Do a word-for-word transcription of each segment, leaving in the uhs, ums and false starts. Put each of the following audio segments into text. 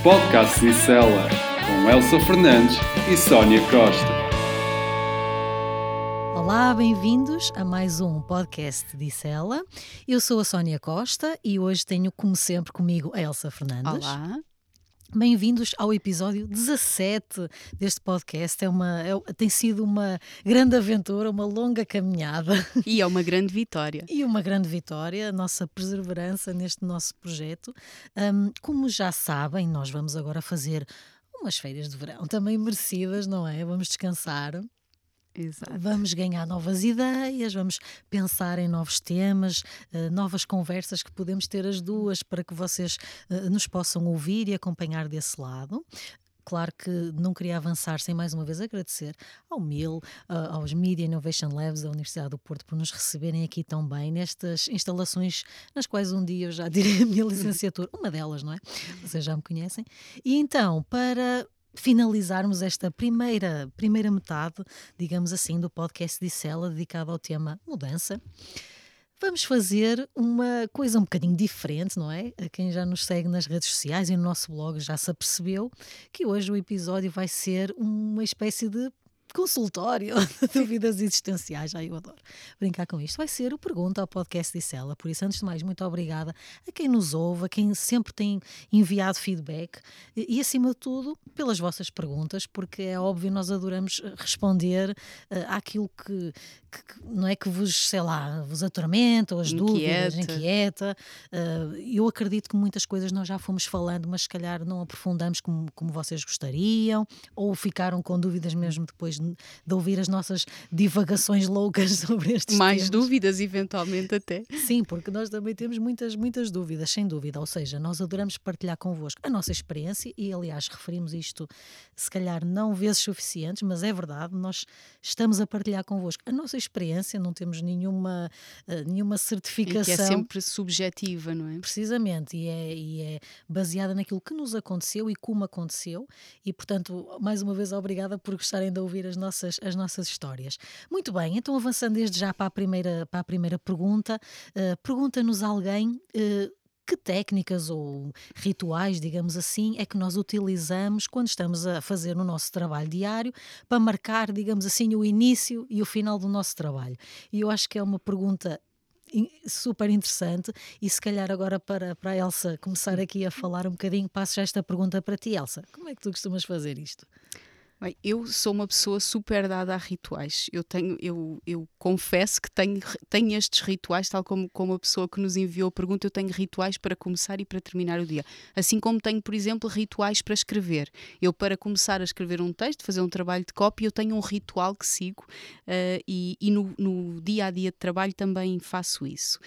Podcast Cicela, com Elsa Fernandes e Sónia Costa. Olá, bem-vindos a mais um podcast de Cicela. Eu sou a Sónia Costa e hoje tenho, como sempre, comigo a Elsa Fernandes. Olá. Bem-vindos ao episódio dezassete deste podcast. É uma, é, tem sido uma grande aventura, uma longa caminhada. E é uma grande vitória. E uma grande vitória, a nossa perseverança neste nosso projeto. Um, como já sabem, nós vamos agora fazer umas férias de verão, também merecidas, não é? Vamos descansar. Exato. Vamos ganhar novas ideias, vamos pensar em novos temas, uh, novas conversas que podemos ter as duas para que vocês uh, nos possam ouvir e acompanhar desse lado. Claro que não queria avançar sem mais uma vez agradecer ao M I L, uh, aos Media Innovation Labs da Universidade do Porto por nos receberem aqui tão bem nestas instalações nas quais um dia eu já direi a minha licenciatura, uma delas, não é? Vocês já me conhecem. E então, para finalizarmos esta primeira, primeira metade, digamos assim, do podcast de Cicela, dedicado ao tema mudança, vamos fazer uma coisa um bocadinho diferente, não é? A quem já nos segue nas redes sociais e no nosso blog já se apercebeu que hoje o episódio vai ser uma espécie de consultório de dúvidas existenciais. Ai, eu adoro brincar com isto. Vai ser o Pergunta ao Podcast de Cicela. Por isso, antes de mais, muito obrigada a quem nos ouve, a quem sempre tem enviado feedback e, e acima de tudo, pelas vossas perguntas, porque é óbvio, nós adoramos responder uh, àquilo que, que, que não é que vos, sei lá, vos atormenta, ou as Inquieta. dúvidas, inquieta. Uh, eu acredito que muitas coisas nós já fomos falando, mas se calhar não aprofundamos como, como vocês gostariam, ou ficaram com dúvidas mesmo depois de ouvir as nossas divagações loucas sobre estes Mais temas. dúvidas, eventualmente até. Sim, porque nós também temos muitas, muitas dúvidas, sem dúvida. Ou seja, nós adoramos partilhar convosco a nossa experiência e, aliás, referimos isto, se calhar não vezes suficientes, mas é verdade, nós estamos a partilhar convosco a nossa experiência, não temos nenhuma, uh, nenhuma certificação. E que é sempre subjetiva, não é? Precisamente, e é, e é baseada naquilo que nos aconteceu e como aconteceu, e portanto, mais uma vez, obrigada por gostarem de ouvir as nossas, as nossas histórias. Muito bem, então avançando desde já para a primeira, para a primeira pergunta, uh, pergunta-nos alguém uh, que técnicas ou rituais, digamos assim, é que nós utilizamos quando estamos a fazer o nosso trabalho diário para marcar, digamos assim, o início e o final do nosso trabalho. E eu acho que é uma pergunta super interessante e se calhar agora para, para a Elsa começar aqui a falar um bocadinho, passo já esta pergunta para ti, Elsa. Como é que tu costumas fazer isto? Bem, eu sou uma pessoa super dada a rituais. Eu tenho, eu, eu confesso que tenho, tenho estes rituais, tal como, como a pessoa que nos enviou a pergunta, eu tenho rituais para começar e para terminar o dia. Assim como tenho, por exemplo, rituais para escrever. Eu, para começar a escrever um texto, fazer um trabalho de copy, eu tenho um ritual que sigo uh, e, e no, no dia a dia de trabalho também faço isso.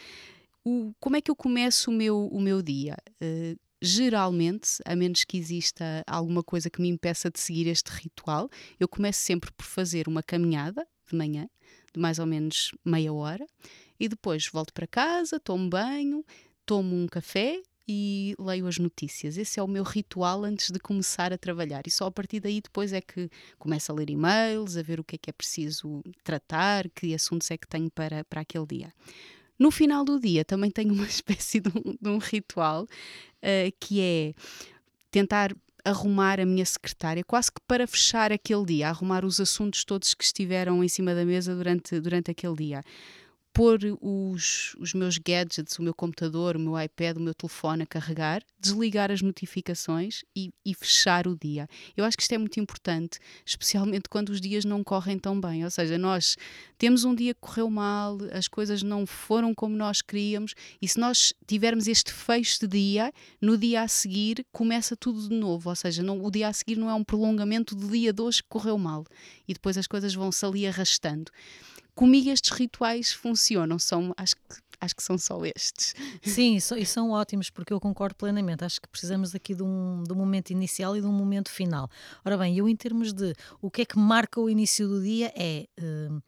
O, como é que eu começo o meu, o meu dia? Uh, Geralmente, a menos que exista alguma coisa que me impeça de seguir este ritual, eu começo sempre por fazer uma caminhada de manhã, de mais ou menos meia hora, e depois volto para casa, tomo banho, tomo um café e leio as notícias. Esse é o meu ritual antes de começar a trabalhar. E só a partir daí depois é que começo a ler e-mails, a ver o que é que é preciso tratar, que assuntos é que tenho para, para aquele dia. No final do dia também tenho uma espécie de um, de um ritual uh, que é tentar arrumar a minha secretária, quase que para fechar aquele dia, arrumar os assuntos todos que estiveram em cima da mesa durante, durante aquele dia. Pôr os, os meus gadgets, o meu computador, o meu iPad, o meu telefone a carregar, desligar as notificações e, e fechar o dia. Eu acho que isto é muito importante, especialmente quando os dias não correm tão bem. Ou seja, nós temos um dia que correu mal, as coisas não foram como nós queríamos e se nós tivermos este fecho de dia, no dia a seguir começa tudo de novo. Ou seja, não, o dia a seguir não é um prolongamento do dia de hoje que correu mal e depois as coisas vão-se ali arrastando. Comigo estes rituais funcionam, são, acho, que, acho que são só estes. Sim, e são, e são ótimos, porque eu concordo plenamente. Acho que precisamos aqui de um, de um momento inicial e de um momento final. Ora bem, eu em termos de o que é que marca o início do dia é... Uh,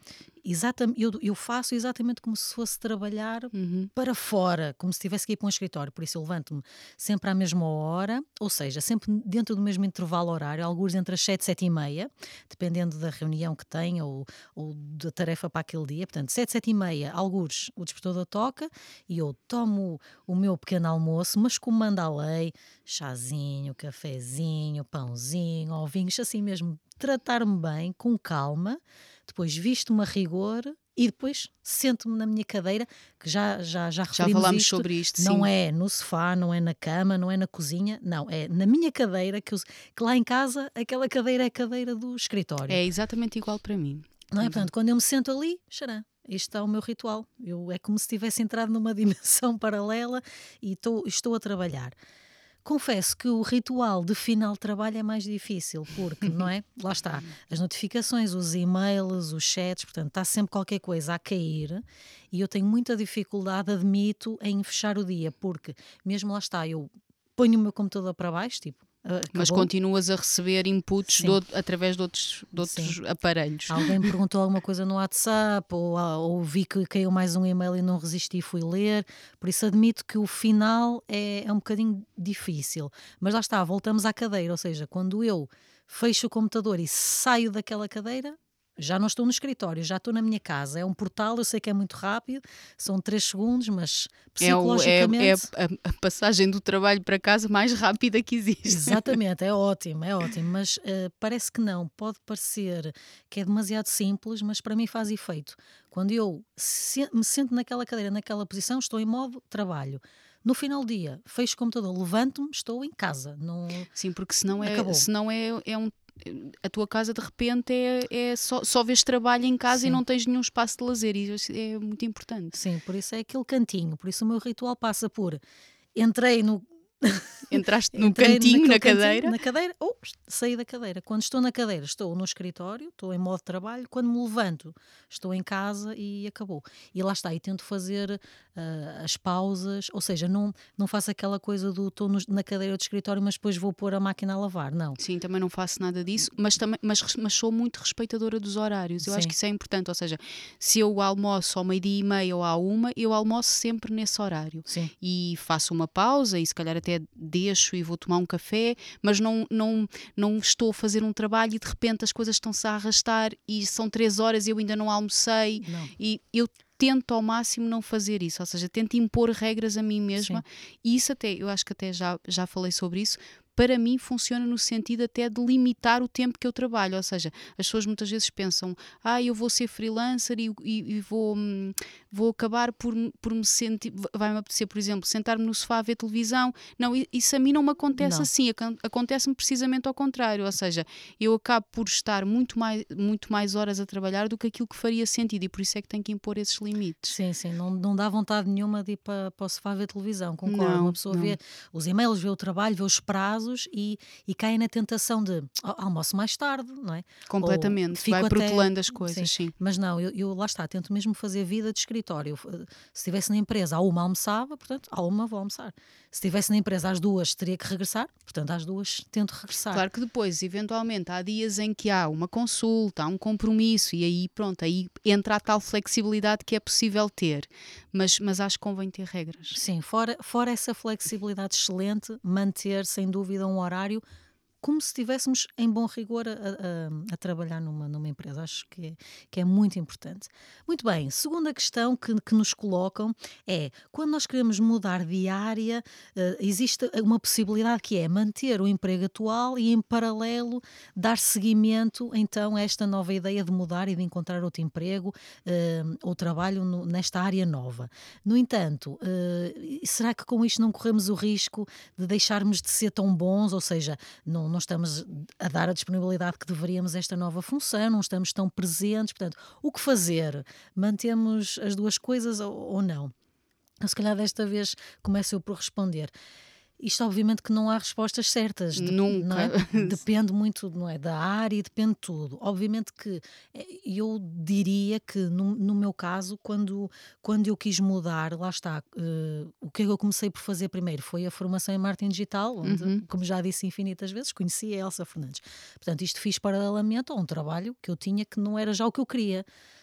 exatamente, eu, eu faço exatamente como se fosse trabalhar Uhum. para fora, como se tivesse que ir para um escritório. Por isso eu levanto-me sempre à mesma hora, ou seja, sempre dentro do mesmo intervalo horário, alguns entre as sete e sete e meia, dependendo da reunião que tenha ou, ou da tarefa para aquele dia. Portanto, sete, sete e meia, alguns o despertador toca e eu tomo o meu pequeno almoço, mas como manda a lei, chazinho, cafezinho, pãozinho, ovinhos, assim mesmo, tratar-me bem, com calma, depois visto-me a rigor e depois sento-me na minha cadeira, que já, já, já Já referimos falámos isto, sobre isto, não sim. é no sofá, não é na cama, não é na cozinha, não, é na minha cadeira, que, eu- que lá em casa aquela cadeira é a cadeira do escritório. É exatamente igual para mim. Não é? Também. Portanto, quando eu me sento ali, xará, isto é o meu ritual. Eu, é como se tivesse entrado numa dimensão paralela e tô- estou a trabalhar. Confesso que o ritual de final de trabalho é mais difícil, porque, não é? Lá está, as notificações, os e-mails, os chats, portanto, está sempre qualquer coisa a cair e eu tenho muita dificuldade, admito, em fechar o dia, porque mesmo lá está, eu ponho o meu computador para baixo, tipo, ah, Mas acabou. continuas a receber inputs Sim. de out- através de outros, de outros aparelhos. Alguém me perguntou alguma coisa no WhatsApp ou, ah, ou vi que caiu mais um e-mail e não resisti e fui ler. Por isso admito que o final é, é um bocadinho difícil. Mas lá está, voltamos à cadeira. Ou seja, quando eu fecho o computador e saio daquela cadeira, já não estou no escritório, já estou na minha casa. É um portal, eu sei que é muito rápido, são três segundos, mas É, o- é- é psicologicamente... a, a passagem do trabalho para casa mais rápida que existe. Exatamente, é ótimo, é ótimo, mas eh, parece que não, pode parecer que é demasiado simples, mas para mim faz efeito. Quando eu se- me sento naquela cadeira, naquela posição, estou em modo trabalho. No final do dia, fecho o computador, levanto-me, estou em casa. Não... Sim, porque senão é, Acabou. senão é, é um. A tua casa de repente é, é só, só vês trabalho em casa Sim. e não tens nenhum espaço de lazer, e isso é muito importante. Sim, por isso é aquele cantinho, por isso o meu ritual passa por entrei no, Entraste no Entrei cantinho, naquele na cantinho, cadeira. na cadeira, ou saí da cadeira. Quando estou na cadeira, estou no escritório, estou em modo de trabalho. Quando me levanto, estou em casa e acabou. E lá está, e tento fazer ah, as pausas, ou seja, não, não faço aquela coisa do estou no- na cadeira do escritório, mas depois vou pôr a máquina a lavar. Não. Sim, também não faço nada disso, mas, também, mas, res- mas sou muito respeitadora dos horários. Eu acho Sim. que isso é importante. Ou seja, se eu almoço ao meio-dia e meia ou à uma, eu almoço sempre nesse horário. Sim. E faço uma pausa e se calhar até deixo e vou tomar um café, mas não, não, não estou a fazer um trabalho e de repente as coisas estão-se a arrastar e são três horas e eu ainda não almocei. Não. E eu tento ao máximo não fazer isso, ou seja, tento impor regras a mim mesma. E isso até, eu acho que até já, já falei sobre isso. Para mim funciona no sentido até de limitar o tempo que eu trabalho, ou seja, as pessoas muitas vezes pensam, ah, eu vou ser freelancer e, e, e vou, hum, vou acabar por, por me sentir, vai-me apetecer, por exemplo, sentar-me no sofá a ver televisão. Não, i- isso a mim não me acontece Não. assim, acon- acontece-me precisamente ao contrário, ou seja, eu acabo por estar muito mais, muito mais horas a trabalhar do que aquilo que faria sentido e por isso é que tenho que impor esses limites. Sim, sim, não, não dá vontade nenhuma de ir para, para o sofá ver televisão, concordo. Não, Uma pessoa não. vê os e-mails, vê o trabalho, vê os prazos e, e cai na tentação de "Ah, almoço mais tarde, não é? Completamente, Ou fico vai até- protelando as coisas, sim. Mas não, eu, eu lá está, tento mesmo fazer vida de escritório. Eu, eh, Se estivesse na empresa, à uma almoçava, portanto, à uma vou almoçar. Se estivesse na empresa às duas, teria que regressar, portanto, às duas tento regressar. Claro que depois, eventualmente, há dias em que há uma consulta, há um compromisso e aí, pronto, aí entra a tal flexibilidade que é possível ter. Mas, mas acho que convém ter regras. Sim, fora, fora essa flexibilidade excelente, manter sem dúvida um horário como se estivéssemos em bom rigor a, a- a trabalhar numa, numa empresa. Acho que é, que é muito importante. Muito bem, segunda questão que, que nos colocam é, quando nós queremos mudar de área, eh, existe uma possibilidade que é manter o emprego atual e em paralelo dar seguimento então a esta nova ideia de mudar e de encontrar outro emprego eh, ou trabalho no- nesta área nova. No entanto, eh, será que com isto não corremos o risco de deixarmos de ser tão bons, ou seja, não, não estamos a dar a disponibilidade que deveríamos a esta nova função, não estamos tão presentes, portanto, o que fazer? Mantemos as duas coisas ou, ou não? Eu, se calhar desta vez começo eu por responder. Isto obviamente que não há respostas certas, de- Nunca. não é? Depende muito, não é, da área e depende de tudo. Obviamente que eh, eu diria que no, no meu caso, quando, quando eu quis mudar, lá está, eh, o que eu comecei por fazer primeiro foi a formação em marketing digital, onde, Uhum. como já disse infinitas vezes, conheci a Elsa Fernandes. Portanto, isto fiz paralelamente a um trabalho que eu tinha que não era já o que eu queria.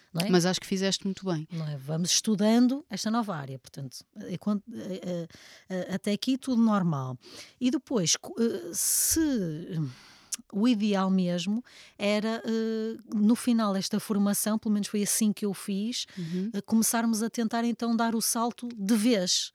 não é? Mas acho que fizeste muito bem. Não é? Vamos estudando esta nova área, portanto, até aqui tudo normal. E depois, se o ideal mesmo era, no final desta formação, pelo menos foi assim que eu fiz, Uhum. começarmos a tentar então dar o salto de vez.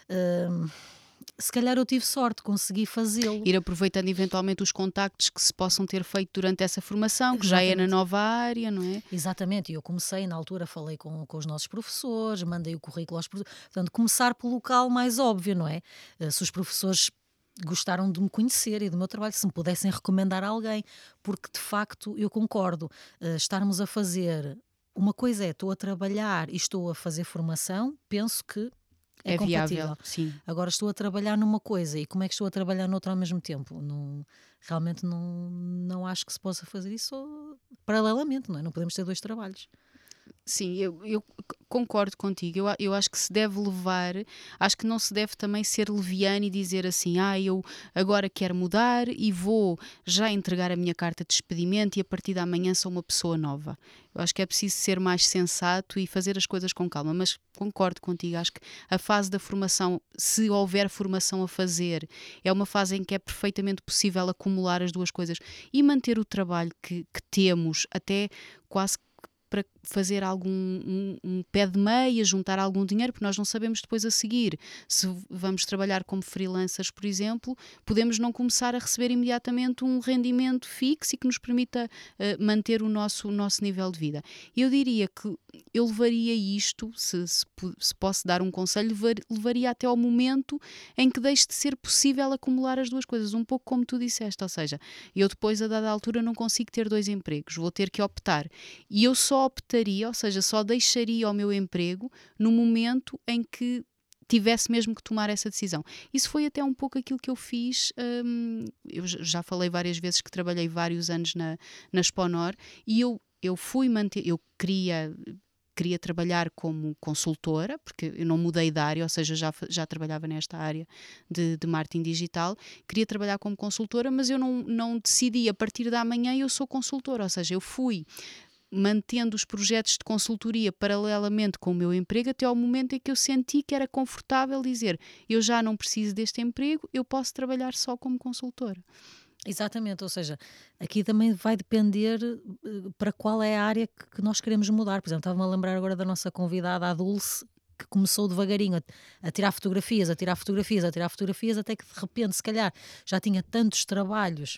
Se calhar eu tive sorte, consegui fazê-lo. Ir aproveitando eventualmente os contactos que se possam ter feito durante essa formação, que Exatamente. Já é na nova área, não é? Exatamente, e eu comecei, na altura falei com, com os nossos professores, mandei o currículo aos professores, portanto começar pelo local mais óbvio, não é? Se os professores gostaram de me conhecer e do meu trabalho, se me pudessem recomendar a alguém, porque de facto eu concordo, estarmos a fazer, uma coisa é, estou a trabalhar e estou a fazer formação, penso que é, é viável, sim. Agora estou a trabalhar numa coisa e como é que estou a trabalhar noutra ao mesmo tempo? Não, realmente não, não acho que se possa fazer isso paralelamente, não é? Não podemos ter dois trabalhos. Sim, eu, eu concordo contigo. Eu, eu acho que se deve levar, acho que não se deve também ser leviano e dizer assim, ah, eu agora quero mudar e vou já entregar a minha carta de despedimento e a partir da manhã sou uma pessoa nova. Eu acho que é preciso ser mais sensato e fazer as coisas com calma, mas concordo contigo. Acho que a fase da formação, se houver formação a fazer, é uma fase em que é perfeitamente possível acumular as duas coisas e manter o trabalho que, que temos até quase para fazer algum um, um pé de meia, juntar algum dinheiro, porque nós não sabemos depois a seguir. Se vamos trabalhar como freelancers, por exemplo, podemos não começar a receber imediatamente um rendimento fixo e que nos permita uh, manter o nosso, o nosso nível de vida. Eu diria que eu levaria isto, se, se, se posso dar um conselho, levar, levaria até ao momento em que deixe de ser possível acumular as duas coisas, um pouco como tu disseste, ou seja, eu depois a dada altura não consigo ter dois empregos, vou ter que optar. E eu só optaria, ou seja, só deixaria o meu emprego no momento em que tivesse mesmo que tomar essa decisão. Isso foi até um pouco aquilo que eu fiz. Hum, eu já falei várias vezes que trabalhei vários anos na, na Sponor e eu, eu fui manter, eu queria... queria trabalhar como consultora, porque eu não mudei de área, ou seja, já, já trabalhava nesta área de, de marketing digital, queria trabalhar como consultora, mas eu não, não decidi, a partir da manhã eu sou consultora, ou seja, eu fui mantendo os projetos de consultoria paralelamente com o meu emprego até ao momento em que eu senti que era confortável dizer, eu já não preciso deste emprego, eu posso trabalhar só como consultora. Exatamente, ou seja, aqui também vai depender uh, para qual é a área que, que nós queremos mudar. Por exemplo, estava-me a lembrar agora da nossa convidada, a Dulce, que começou devagarinho a, a tirar fotografias, a tirar fotografias, a tirar fotografias, até que de repente, se calhar, já tinha tantos trabalhos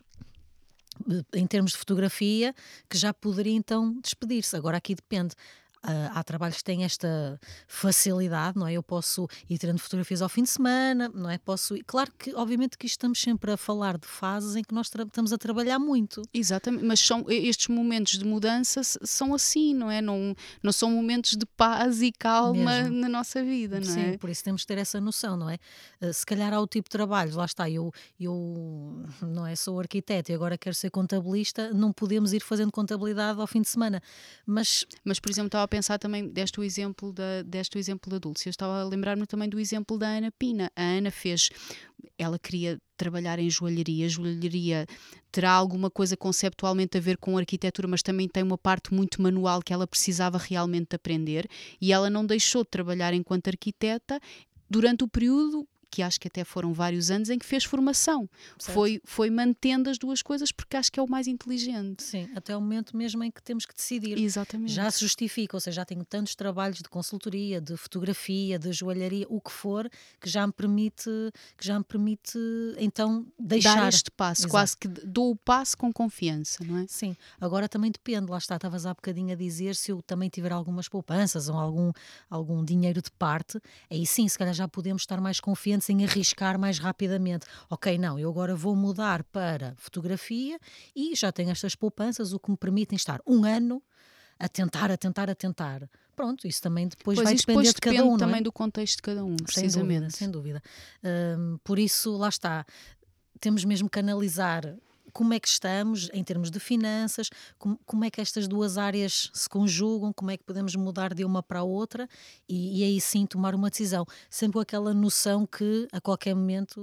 em termos de fotografia que já poderia então despedir-se. Agora aqui depende. Uh, há trabalhos que têm esta facilidade, não é? Eu posso ir tirando fotografias ao fim de semana, não é? Posso ir... Claro que, obviamente, que estamos sempre a falar de fases em que nós estamos a trabalhar muito. Exatamente, mas são, estes momentos de mudança são assim, não é? Não, não são momentos de paz e calma Mesmo. Na nossa vida, não Sim, é? Sim, por isso temos que ter essa noção, não é? Uh, se calhar há o tipo de trabalhos, lá está, eu, eu não é, sou arquiteto e agora quero ser contabilista, não podemos ir fazendo contabilidade ao fim de semana, mas... Mas, por exemplo, estava a pensar também, deste o exemplo da, deste o exemplo da Dulce, eu estava a lembrar-me também do exemplo da Ana Pina. A Ana fez, ela queria trabalhar em joalharia, a joalharia terá alguma coisa conceptualmente a ver com arquitetura, mas também tem uma parte muito manual que ela precisava realmente aprender e ela não deixou de trabalhar enquanto arquiteta durante o período que acho que até foram vários anos em que fez formação. Foi, foi mantendo as duas coisas porque acho que é o mais inteligente. Sim, até o momento mesmo em que temos que decidir. Exatamente. Já se justifica, ou seja, já tenho tantos trabalhos de consultoria, de fotografia, de joalharia, o que for, que já me permite, que já me permite então deixar. Dar este passo, Exato. Quase que dou o passo com confiança, não é? Sim, agora também depende, lá está, estavas há bocadinho a dizer, se eu também tiver algumas poupanças ou algum, algum dinheiro de parte, aí sim, se calhar já podemos estar mais confiantes em arriscar mais rapidamente. Ok, não, eu agora vou mudar para fotografia e já tenho estas poupanças, o que me permitem estar um ano a tentar, a tentar, a tentar. Pronto, isso também depois pois vai isso depender depois de cada depende um, também não é? do contexto de cada um, Sem precisamente. dúvida, sem dúvida. Hum, por isso, lá está, temos mesmo que analisar como é que estamos em termos de finanças, como, como é que estas duas áreas se conjugam, como é que podemos mudar de uma para a outra e, e aí sim tomar uma decisão, sempre com aquela noção que a qualquer momento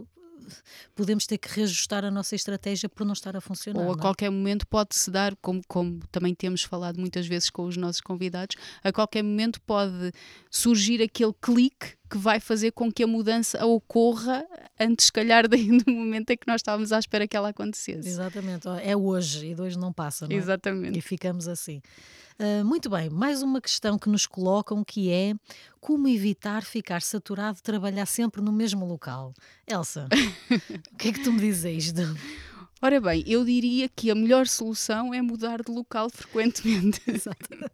podemos ter que reajustar a nossa estratégia por não estar a funcionar. Ou a não é? qualquer momento pode-se dar, como, como também temos falado muitas vezes com os nossos convidados, a qualquer momento pode surgir aquele clique que vai fazer com que a mudança ocorra antes, se calhar, do momento em que nós estávamos à espera que ela acontecesse. Exatamente, é hoje e de hoje não passa, não é? Exatamente. E ficamos assim. Uh, muito bem, mais uma questão que nos colocam, que é como evitar ficar saturado de trabalhar sempre no mesmo local. Elsa, o que é que tu me dizes? De... Ora bem, eu diria que a melhor solução é mudar de local frequentemente. Exato.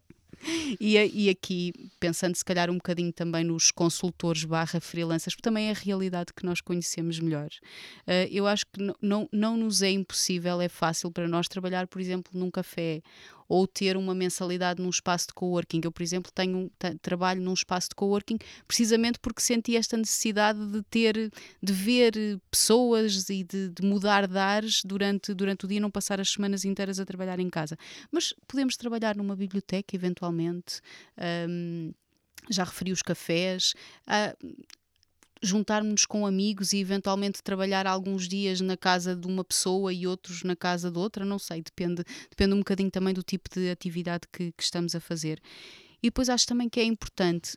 E, e aqui, pensando se calhar um bocadinho também nos consultores barra freelancers, porque também é a realidade que nós conhecemos melhor. Uh, eu acho que não, não, não nos é impossível, é fácil para nós trabalhar, por exemplo, num café ou ter uma mensalidade num espaço de coworking. Eu, por exemplo, tenho, trabalho num espaço de coworking precisamente porque senti esta necessidade de ter, de ver pessoas e de, de mudar de ares durante, durante o dia, não passar as semanas inteiras a trabalhar em casa. Mas podemos trabalhar numa biblioteca, eventualmente. Um, já referi os cafés. Uh, juntarmos-nos com amigos e eventualmente trabalhar alguns dias na casa de uma pessoa e outros na casa de outra, não sei, depende, depende um bocadinho também do tipo de atividade que, que estamos a fazer. E depois acho também que é importante,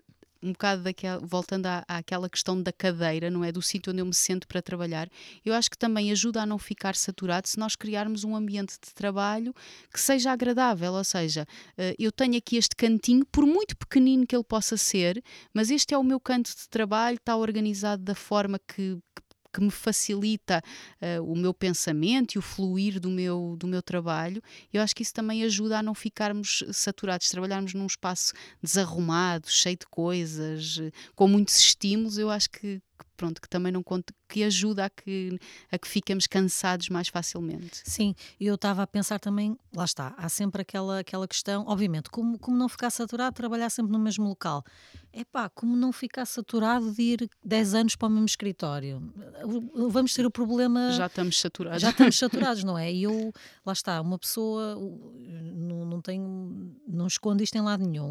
um bocado daquela, voltando à, àquela questão da cadeira, não é? Do sítio onde eu me sento para trabalhar, eu acho que também ajuda a não ficar saturado se nós criarmos um ambiente de trabalho que seja agradável, ou seja, eu tenho aqui este cantinho, por muito pequenino que ele possa ser, mas este é o meu canto de trabalho, está organizado da forma que, que que me facilita uh, o meu pensamento e o fluir do meu, do meu trabalho. Eu acho que isso também ajuda a não ficarmos saturados, trabalharmos num espaço desarrumado, cheio de coisas, com muitos estímulos. Eu acho que, que pronto, que também não conto, que ajuda a que, a que fiquemos cansados mais facilmente. Sim, eu estava a pensar também, lá está, há sempre aquela, aquela questão, obviamente, como, como não ficar saturado de trabalhar sempre no mesmo local? Epá, como não ficar saturado de ir dez anos para o mesmo escritório? Vamos ter o problema... Já estamos saturados. Já estamos saturados, não é? E eu, lá está, uma pessoa, não, não tenho, não escondo isto em lado nenhum.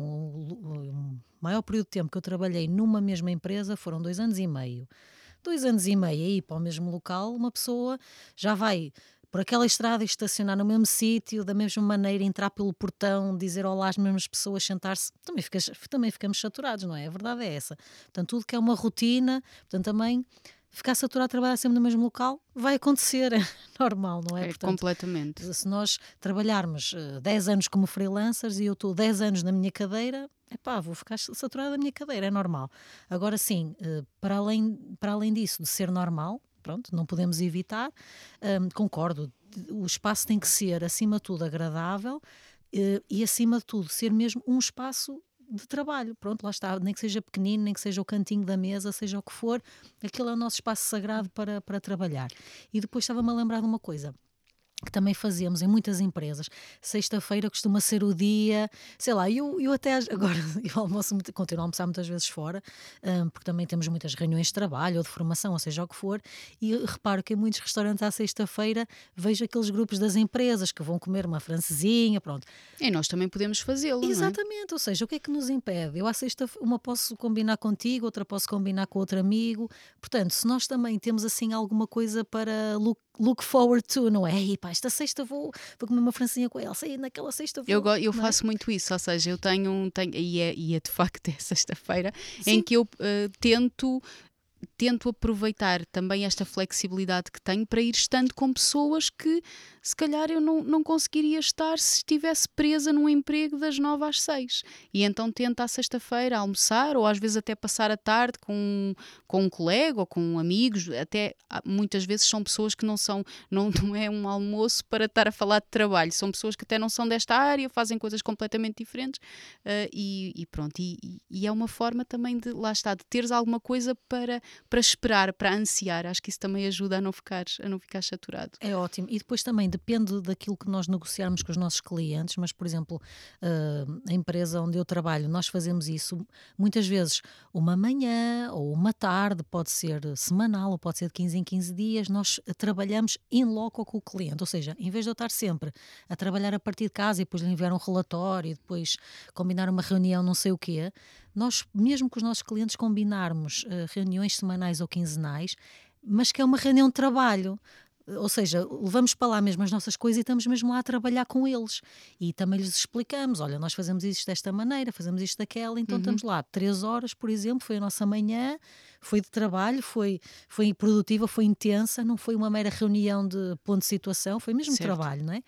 O maior período de tempo que eu trabalhei numa mesma empresa foram dois anos e meio. Dois anos e meio aí para o mesmo local, uma pessoa já vai por aquela estrada e estacionar no mesmo sítio, da mesma maneira, entrar pelo portão, dizer olá às mesmas pessoas, sentar-se, também, ficas, também ficamos saturados, não é? A verdade é essa. Portanto, tudo que é uma rotina, portanto, também ficar saturado de trabalhar sempre no mesmo local vai acontecer, é normal, não é? É, Portanto, completamente. Se nós trabalharmos uh, dez anos como freelancers e eu estou dez anos na minha cadeira, epá, vou ficar saturada da minha cadeira, é normal. Agora sim, uh, para, além, para além disso, de ser normal, pronto, não podemos evitar, um, concordo, o espaço tem que ser, acima de tudo, agradável uh, e, acima de tudo, ser mesmo um espaço de trabalho, pronto, lá está, nem que seja pequenino, nem que seja o cantinho da mesa, seja o que for, aquele é o nosso espaço sagrado para, para trabalhar. E depois estava-me a lembrar de uma coisa que também fazemos em muitas empresas. Sexta-feira costuma ser o dia, sei lá, eu, eu até agora eu almoço, continuo a almoçar muitas vezes fora, um, porque também temos muitas reuniões de trabalho ou de formação, ou seja o que for, e reparo que em muitos restaurantes à sexta-feira vejo aqueles grupos das empresas que vão comer uma francesinha, pronto. E nós também podemos fazê-lo, exatamente, não é? Ou seja, o que é que nos impede? Eu à sexta, uma posso combinar contigo, outra posso combinar com outro amigo, portanto, se nós também temos assim alguma coisa para look, look forward to, não é? E pá, esta sexta vou, vou comer uma francinha com ela, sei, naquela sexta vou. Eu, eu faço é? muito isso, ou seja, eu tenho um, tenho, e, é, e é de facto é sexta-feira, em que eu uh, tento tento aproveitar também esta flexibilidade que tenho para ir estando com pessoas que se calhar eu não, não conseguiria estar se estivesse presa num emprego das nove às seis. E então tento à sexta-feira almoçar ou às vezes até passar a tarde com, com um colega ou com amigos, até muitas vezes são pessoas que não são, não, não é um almoço para estar a falar de trabalho, são pessoas que até não são desta área, fazem coisas completamente diferentes uh, e, e pronto, e, e é uma forma também de, lá está, de teres alguma coisa para para esperar, para ansiar. Acho que isso também ajuda a não ficar, a não ficar saturado. É ótimo. E depois também depende daquilo que nós negociarmos com os nossos clientes, mas, por exemplo, uh, a empresa onde eu trabalho, nós fazemos isso muitas vezes uma manhã ou uma tarde, pode ser semanal ou pode ser de quinze em quinze dias, nós trabalhamos in loco com o cliente, ou seja, em vez de eu estar sempre a trabalhar a partir de casa e depois lhe enviar um relatório e depois combinar uma reunião, não sei o quê, nós, mesmo com os nossos clientes, combinarmos uh, reuniões semanais ou quinzenais, mas que é uma reunião de trabalho. Ou seja, levamos para lá mesmo as nossas coisas e estamos mesmo lá a trabalhar com eles. E também lhes explicamos, olha, nós fazemos isto desta maneira, fazemos isto daquela, então Uhum. estamos lá três horas, por exemplo, foi a nossa manhã, foi de trabalho, foi, foi produtiva, foi intensa, não foi uma mera reunião de ponto de situação, foi mesmo Certo. trabalho, não é?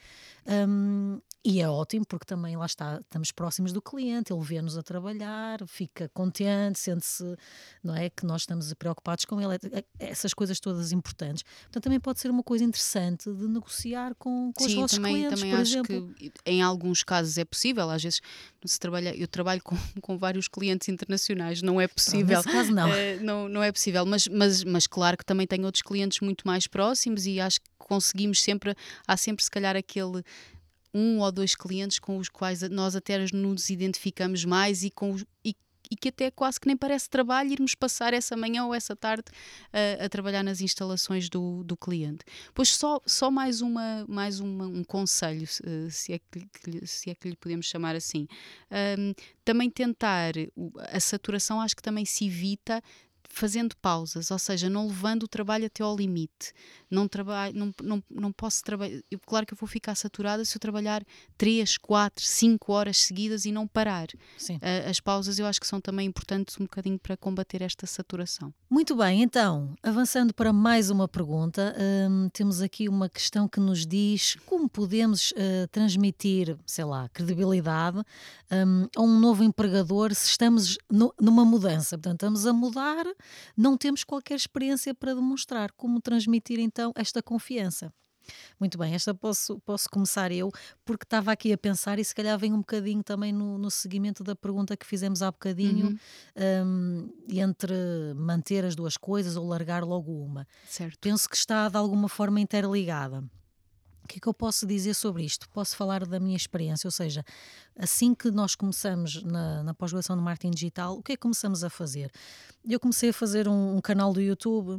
Hum, e é ótimo porque também lá está, estamos próximos do cliente, ele vê-nos a trabalhar, fica contente, sente-se, não é, que nós estamos preocupados com ele, essas coisas todas importantes. Portanto, também pode ser uma coisa interessante de negociar com, com os Sim, vossos também, clientes, também por acho exemplo. que em alguns casos é possível, às vezes se trabalha, eu trabalho com, com vários clientes internacionais, não é possível. Nesse caso, não. Eh, não, não é possível, mas, mas, mas claro que também tenho outros clientes muito mais próximos e acho que conseguimos sempre, há sempre se calhar aquele um ou dois clientes com os quais nós até nos identificamos mais e com os, e, e que até quase que nem parece trabalho irmos passar essa manhã ou essa tarde uh, a trabalhar nas instalações do, do cliente. Pois só, só mais, uma, mais uma, um conselho, uh, se, é que, que, se é que lhe podemos chamar assim. Um, também tentar, a saturação acho que também se evita fazendo pausas, ou seja, não levando o trabalho até ao limite. Não, trabalho, não, não, não posso trabalhar. Claro que eu vou ficar saturada se eu trabalhar três, quatro, cinco horas seguidas e não parar. Sim. Uh, as pausas eu acho que são também importantes um bocadinho para combater esta saturação. Muito bem, então, avançando para mais uma pergunta, hum, temos aqui uma questão que nos diz como podemos uh, transmitir, sei lá, credibilidade um, a um novo empregador se estamos no, numa mudança. Portanto, estamos a mudar, não temos qualquer experiência para demonstrar. Como transmitir, então, esta confiança? Muito bem, esta posso, posso começar eu, porque estava aqui a pensar e se calhar vem um bocadinho também no, no seguimento da pergunta que fizemos há bocadinho, Uhum. um, entre manter as duas coisas ou largar logo uma. Certo. Penso que está de alguma forma interligada. O que é que eu posso dizer sobre isto? Posso falar da minha experiência, ou seja, assim que nós começamos na, na pós-graduação de marketing digital, o que é que começamos a fazer? Eu comecei a fazer um, um canal do YouTube.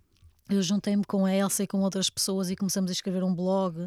Eu juntei-me com a Elsa e com outras pessoas e começamos a escrever um blog. Uh,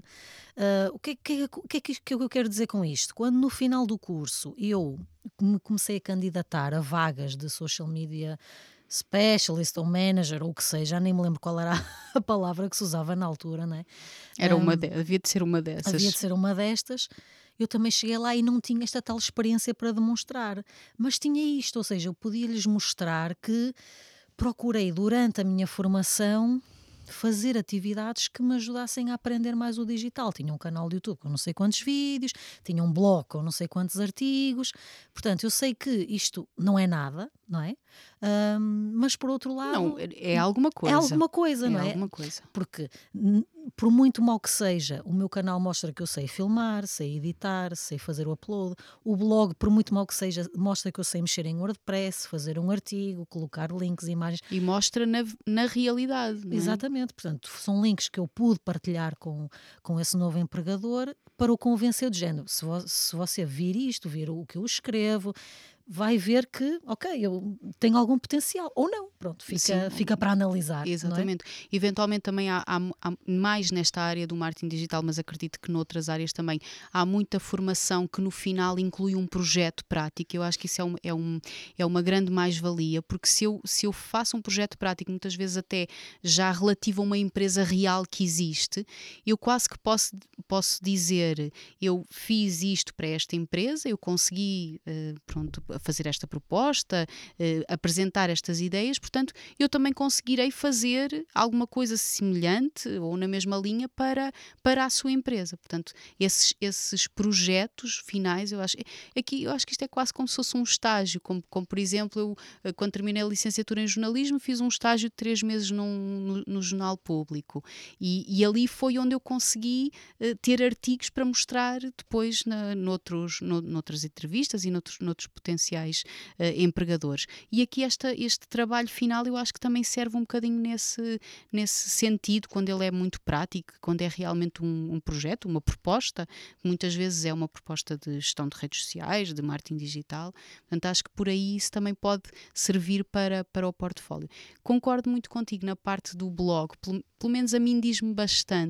o que, que, que, que, que eu quero dizer com isto? Quando no final do curso eu me comecei a candidatar a vagas de social media specialist ou manager ou o que seja, já nem me lembro qual era a palavra que se usava na altura, não é? Era uma Um, de, havia de ser uma dessas. Havia de ser uma destas. Eu também cheguei lá e não tinha esta tal experiência para demonstrar. Mas tinha isto, ou seja, eu podia-lhes mostrar que procurei durante a minha formação fazer atividades que me ajudassem a aprender mais o digital. Tinha um canal de YouTube com não sei quantos vídeos, tinha um blog com não sei quantos artigos. Portanto, eu sei que isto não é nada, não é? Um, mas por outro lado... Não, é alguma coisa. É alguma coisa, é não é? alguma coisa. Porque, por muito mal que seja, o meu canal mostra que eu sei filmar, sei editar, sei fazer o upload. O blog, por muito mal que seja, mostra que eu sei mexer em WordPress, fazer um artigo, colocar links, imagens. E mostra na, na realidade. Não é? Exatamente. Portanto, são links que eu pude partilhar com, com esse novo empregador para o convencer de género. Se, vo, se você vir isto, vir o que eu escrevo, vai ver que, ok, eu tenho algum potencial, ou não, pronto, fica, fica para analisar. Exatamente. Não é? Eventualmente também há, há, há mais nesta área do marketing digital, mas acredito que noutras áreas também há muita formação que no final inclui um projeto prático. Eu acho que isso é, um, é, um, é uma grande mais-valia, porque se eu, se eu faço um projeto prático, muitas vezes até já relativo a uma empresa real que existe, eu quase que posso, posso dizer, eu fiz isto para esta empresa, eu consegui, uh, pronto, fazer esta proposta, uh, apresentar estas ideias, portanto, eu também conseguirei fazer alguma coisa semelhante ou na mesma linha para, para a sua empresa. Portanto, esses, esses projetos finais, eu acho, aqui, eu acho que isto é quase como se fosse um estágio, como, como por exemplo, eu, quando terminei a licenciatura em jornalismo, fiz um estágio de três meses num, no, no Jornal Público e, e ali foi onde eu consegui uh, ter artigos para mostrar depois na, noutros, no, noutras entrevistas e noutros, noutros potenciais uh, empregadores. E aqui esta, este trabalho final eu acho que também serve um bocadinho nesse, nesse sentido, quando ele é muito prático, quando é realmente um, um projeto, uma proposta, muitas vezes é uma proposta de gestão de redes sociais, de marketing digital, portanto acho que por aí isso também pode servir para, para o portfólio. Concordo muito contigo na parte do blog, pelo, pelo menos a mim diz-me bastante,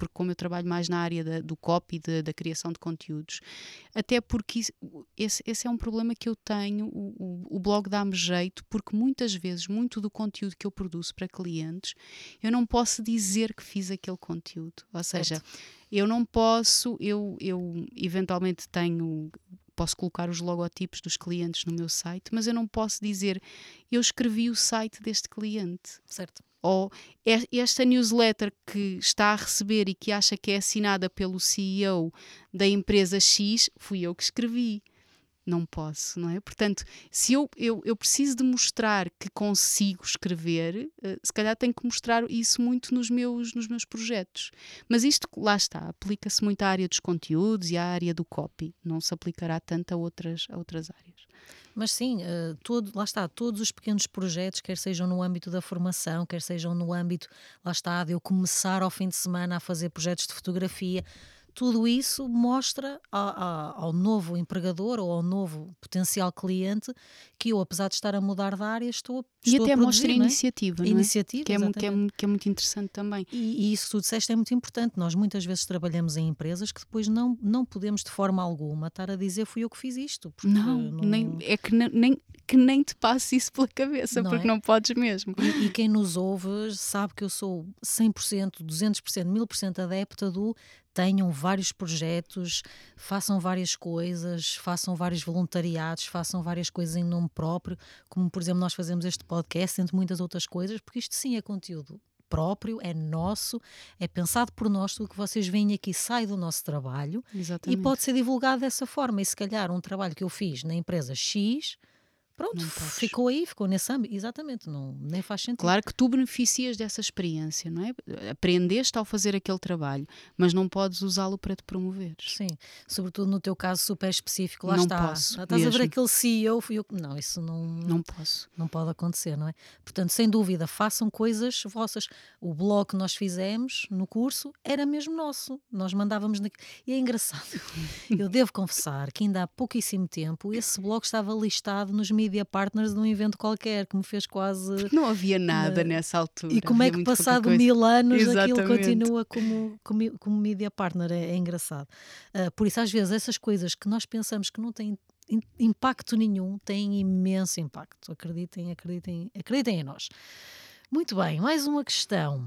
porque como eu trabalho mais na área da, do copy, da, da criação de conteúdos, até porque isso, esse, esse é um problema que eu tenho, o, o, o blog dá-me jeito, porque muitas vezes, muito do conteúdo que eu produzo para clientes, eu não posso dizer que fiz aquele conteúdo, ou seja, certo. eu não posso, eu, eu eventualmente tenho... Posso colocar os logotipos dos clientes no meu site, mas eu não posso dizer eu escrevi o site deste cliente. Certo. Ou esta newsletter que está a receber e que acha que é assinada pelo C E O da empresa X, fui eu que escrevi. Não posso, não é? Portanto, se eu, eu, eu preciso de mostrar que consigo escrever, uh, se calhar tenho que mostrar isso muito nos meus, nos meus projetos. Mas isto, lá está, aplica-se muito à área dos conteúdos e à área do copy. Não se aplicará tanto a outras, a outras áreas. Mas sim, uh, todo, lá está, todos os pequenos projetos, quer sejam no âmbito da formação, quer sejam no âmbito, lá está, de eu começar ao fim de semana a fazer projetos de fotografia, tudo isso mostra a, a, ao novo empregador ou ao novo potencial cliente que eu, apesar de estar a mudar de área, estou, estou e até a produzir, mostra não é? iniciativa, não é? Iniciativa, que, é, que, é, que é muito interessante também. E, e isso que tu disseste é muito importante. Nós muitas vezes trabalhamos em empresas que depois não, não podemos de forma alguma estar a dizer fui eu que fiz isto. Não, não... Nem, é que nem, que nem te passe isso pela cabeça, não porque é? não podes mesmo. E, e quem nos ouve sabe que eu sou cem por cento, duzentos por cento, mil por cento adepta do tenham vários projetos, façam várias coisas, façam vários voluntariados, façam várias coisas em nome próprio, como por exemplo nós fazemos este podcast, entre muitas outras coisas, porque isto sim é conteúdo próprio, é nosso, é pensado por nós, tudo que vocês veem aqui sai do nosso trabalho. Exatamente. E pode ser divulgado dessa forma. E se calhar um trabalho que eu fiz na empresa X, pronto, ficou aí, ficou nesse âmbito. Exatamente, não, nem faz sentido. Claro que tu beneficias dessa experiência, não é? Aprendeste ao fazer aquele trabalho, mas não podes usá-lo para te promoveres. Sim, sobretudo no teu caso super específico, lá não está. Posso, Estás mesmo. a ver aquele C E O, fui eu. Não, isso não, não posso. Não pode acontecer, não é? Portanto, sem dúvida, façam coisas vossas. O blog que nós fizemos no curso era mesmo nosso. Nós mandávamos. Na... E é engraçado. Eu devo confessar que ainda há pouquíssimo tempo esse blog estava listado nos Media Partners de um evento qualquer que me fez quase. Não havia nada uh, nessa altura. E como havia é que passado mil anos Exatamente. aquilo continua como, como, como Media Partner? É, é engraçado. Uh, por isso, às vezes, essas coisas que nós pensamos que não têm impacto nenhum têm imenso impacto. Acreditem, acreditem, acreditem em nós. Muito bem, mais uma questão.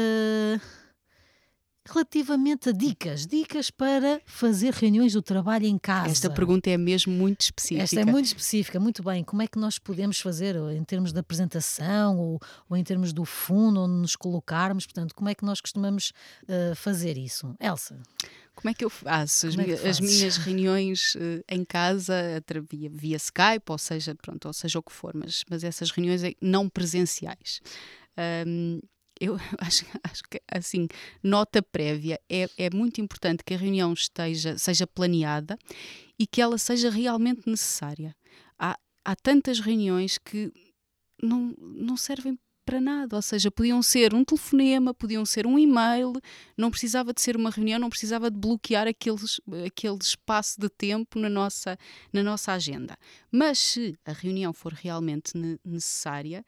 Uh, Relativamente a dicas, dicas para fazer reuniões do trabalho em casa. Esta pergunta é mesmo muito específica. Esta é muito específica, muito bem. Como é que nós podemos fazer em termos de apresentação ou, ou em termos do fundo onde nos colocarmos? Portanto, como é que nós costumamos uh, fazer isso? Elsa? Como é que eu faço? As, é que as minhas reuniões uh, em casa, via, via Skype, ou seja, pronto, ou seja o que for, mas, mas essas reuniões não presenciais. Um, Eu acho, acho que, assim, nota prévia, é, é muito importante que a reunião esteja, seja planeada e que ela seja realmente necessária. Há, há tantas reuniões que não, não servem para nada, ou seja, podiam ser um telefonema, podiam ser um e-mail, não precisava de ser uma reunião, não precisava de bloquear aqueles, aquele espaço de tempo na nossa, na nossa agenda. Mas se a reunião for realmente ne- necessária...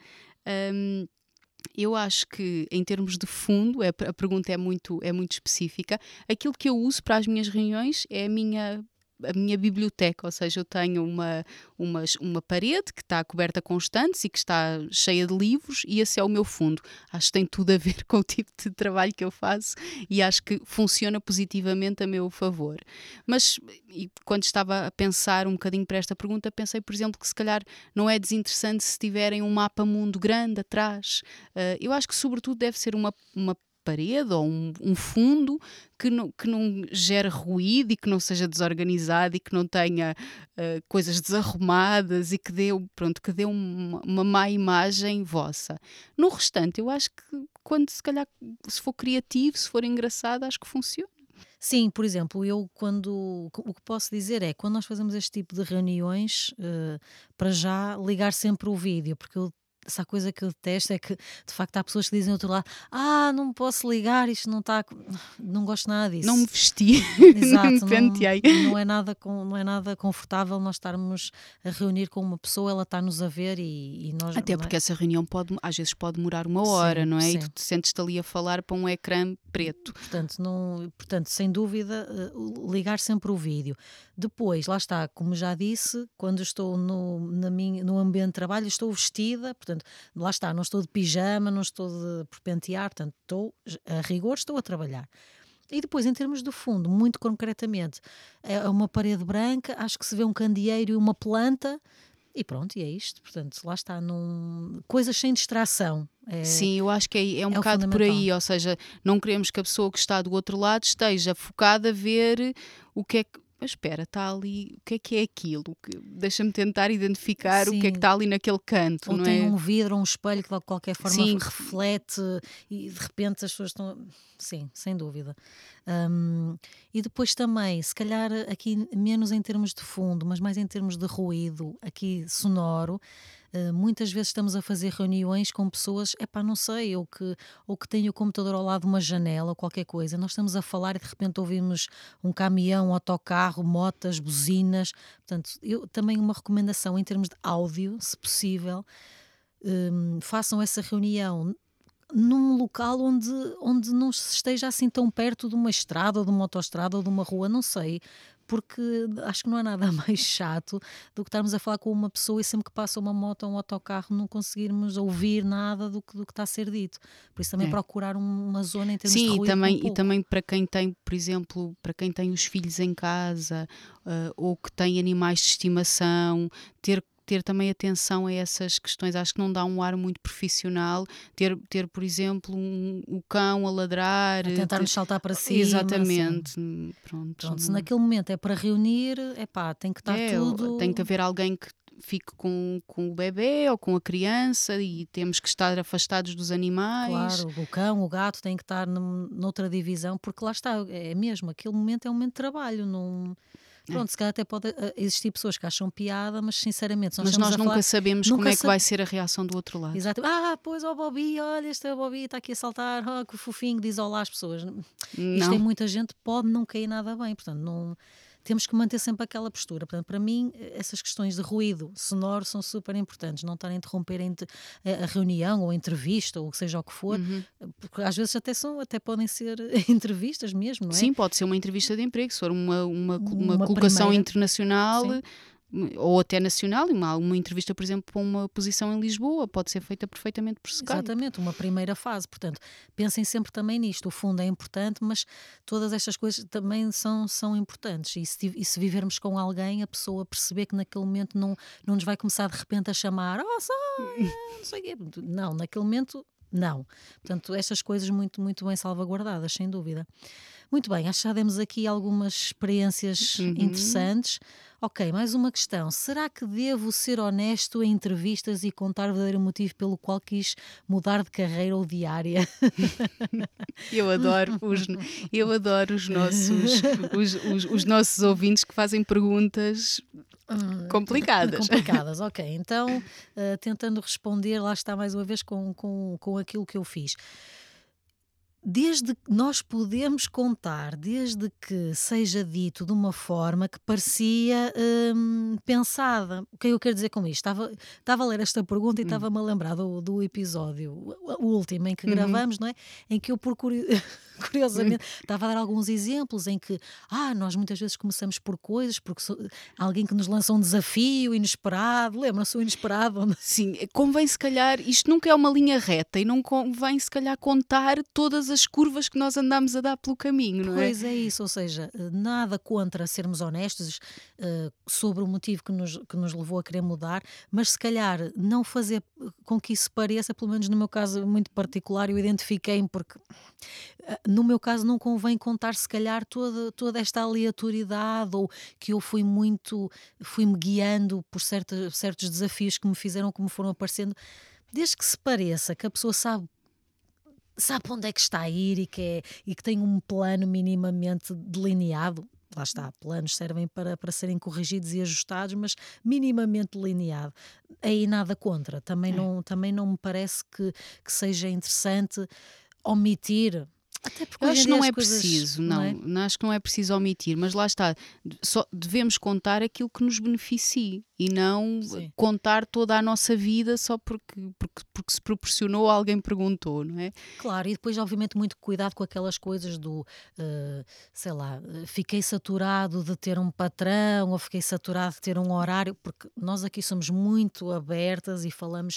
Um, Eu acho que, em termos de fundo, a pergunta é muito, é muito específica. Aquilo que eu uso para as minhas reuniões é a minha, a minha biblioteca, ou seja, eu tenho uma, uma, uma parede que está coberta com estantes e que está cheia de livros e esse é o meu fundo. Acho que tem tudo a ver com o tipo de trabalho que eu faço e acho que funciona positivamente a meu favor. Mas e quando estava a pensar um bocadinho para esta pergunta, pensei, por exemplo, que se calhar não é desinteressante se tiverem um mapa mundo grande atrás. Uh, eu acho que sobretudo deve ser uma, uma parede ou um, um fundo que não, que não gere ruído e que não seja desorganizado e que não tenha uh, coisas desarrumadas e que dê, pronto, que dê uma, uma má imagem vossa. No restante, eu acho que quando se calhar se for criativo, se for engraçado, acho que funciona. Sim, por exemplo, eu quando o que posso dizer é quando nós fazemos este tipo de reuniões, uh, para já ligar sempre o vídeo, porque eu essa coisa que eu detesto é que de facto há pessoas que dizem ao outro lado, ah, não me posso ligar, isto não está, não gosto nada disso. Não me vesti, Exato, não me penteei. Não, não, é nada com, não é nada confortável nós estarmos a reunir com uma pessoa, ela está-nos a ver e, e nós... Até porque é? essa reunião pode, às vezes pode demorar uma hora, Sim, não é? sim. E tu te sentes-te ali a falar para um ecrã preto. Portanto, não, portanto, sem dúvida, ligar sempre o vídeo. Depois, lá está, como já disse, quando estou no, na minha, no ambiente de trabalho, estou vestida, portanto, lá está, não estou de pijama, não estou de por pentear, portanto, estou, a rigor, estou a trabalhar. E depois, em termos de fundo, muito concretamente, é uma parede branca, acho que se vê um candeeiro e uma planta, e pronto, e é isto. Portanto, lá está, num... coisas sem distração. É, Sim, eu acho que é, é um é o bocado por fundamental. aí, ou seja, não queremos que a pessoa que está do outro lado esteja focada a ver o que é que. Mas espera, está ali, o que é que é aquilo? Que- Deixa-me tentar identificar o que é que Sim. está ali naquele canto, Ou não tem é? um vidro ou um espelho que de qualquer forma Sim. reflete e de repente as pessoas estão. Sim, sem dúvida. Hum, e depois também, se calhar aqui menos em termos de fundo, mas mais em termos de ruído, aqui sonoro. Uh, muitas vezes estamos a fazer reuniões com pessoas, epá, não sei, ou que, ou que têm o computador ao lado de uma janela ou qualquer coisa. Nós estamos a falar e de repente ouvimos um caminhão, um autocarro, motas, buzinas. Portanto, eu também uma recomendação em termos de áudio, se possível, hum, façam essa reunião num local onde, onde não se esteja assim tão perto de uma estrada ou de uma autoestrada ou de uma rua, não sei, porque acho que não há nada mais chato do que estarmos a falar com uma pessoa e sempre que passa uma moto ou um autocarro não conseguirmos ouvir nada do que, do que está a ser dito. Por isso também É. procurar um- uma zona em termos de Sim, e ruído também, com e pouco. também para quem tem, por exemplo, para quem tem os filhos em casa, ah, ou que tem animais de estimação, ter, ter também atenção a essas questões. Acho que não dá um ar muito profissional ter, ter por exemplo, um, o cão a ladrar. A tentar ter- nos saltar para cima. Exatamente. Sim. Pronto. Pronto, se não- naquele momento é para reunir, epá, tem que estar É, tudo. tem que haver alguém que fique com, com o bebê ou com a criança e temos que estar afastados dos animais. Claro, o cão, o gato tem que estar num- noutra divisão, porque lá está, é mesmo, aquele momento é um momento de trabalho. Não... Pronto, se calhar até pode eh, existir pessoas que acham piada, mas sinceramente, se nós Mas estamos nós a nunca falar, sabemos nunca como é que sab- vai ser a reação do outro lado. Exato. Ah, pois, ó Bobby, olha, este é o Bobby, está aqui a saltar, oh, que fofinho, diz olá às pessoas. Isto tem Não. muita gente, pode não cair nada bem, portanto, não. Temos que manter sempre aquela postura. Portanto, para mim, essas questões de ruído sonoro são super importantes. Não estar a interromper a, inter- a- a reunião ou a entrevista ou seja o que for, Uhum. porque às vezes até, são, até podem ser entrevistas mesmo, não é? Sim, pode ser uma entrevista de emprego, se for uma, uma, uma, Uma colocação primeira- internacional Sim. ou até nacional, e uma, uma entrevista, por exemplo, para uma posição em Lisboa, pode ser feita perfeitamente por Skype. Exatamente, uma primeira fase. Portanto, pensem sempre também nisto. O fundo é importante, mas todas estas coisas também são, são importantes. E se, tiv- e se vivermos com alguém, a pessoa perceber que naquele momento não, não nos vai começar de repente a chamar, oh, Sónia, não sei o quê. Não, naquele momento, não. Portanto, estas coisas muito, muito bem salvaguardadas, sem dúvida. Muito bem, acho que já demos aqui algumas experiências Uhum. interessantes. Ok, mais uma questão. Será que devo ser honesto em entrevistas e contar o verdadeiro motivo pelo qual quis mudar de carreira ou de área? Eu adoro os, eu adoro os nossos, os, os, os nossos ouvintes que fazem perguntas complicadas. Complicadas, ok. Então, uh, tentando responder, lá está mais uma vez com, com, com aquilo que eu fiz. Desde que nós podemos contar, desde que seja dito de uma forma que parecia hum, pensada. O que é que eu quero dizer com isto? Estava, estava a ler esta pergunta e estava-me a lembrar do, do episódio, o, o último em que Uhum. gravamos, não é? Em que eu, por curi- curiosamente, estava a dar alguns exemplos em que, ah, nós muitas vezes começamos por coisas, porque so- alguém que nos lança um desafio inesperado, lembram-se o inesperado? Sim, convém se calhar, isto nunca é uma linha reta e não convém se calhar contar todas as curvas que nós andamos a dar pelo caminho, não é? Pois é isso, ou seja, eh, nada contra sermos honestos eh, sobre o motivo que nos, que nos levou a querer mudar, mas se calhar não fazer com que isso pareça, pelo menos no meu caso muito particular, eu identifiquei-me porque eh, no meu caso não convém contar se calhar toda, toda esta aleatoriedade ou que eu fui muito, fui-me guiando por certa, certos desafios que me fizeram, que me foram aparecendo, desde que se pareça que a pessoa sabe sabe para onde é que está a ir e que, é, e que tem um plano minimamente delineado. Lá está, planos servem para, para serem corrigidos e ajustados, mas minimamente delineado. Aí nada contra. Também, É. não, também não me parece que, que seja interessante omitir Até porque Eu hoje em acho que dia não as é coisas, preciso, não não, é? não acho que não é preciso omitir, mas lá está, só devemos contar aquilo que nos beneficie e não Sim. contar toda a nossa vida só porque, porque, porque se proporcionou, alguém perguntou, não é? Claro, e depois, obviamente, muito cuidado com aquelas coisas do, eh, sei lá, eh, fiquei saturado de ter um patrão ou fiquei saturado de ter um horário, porque nós aqui somos muito abertas e falamos,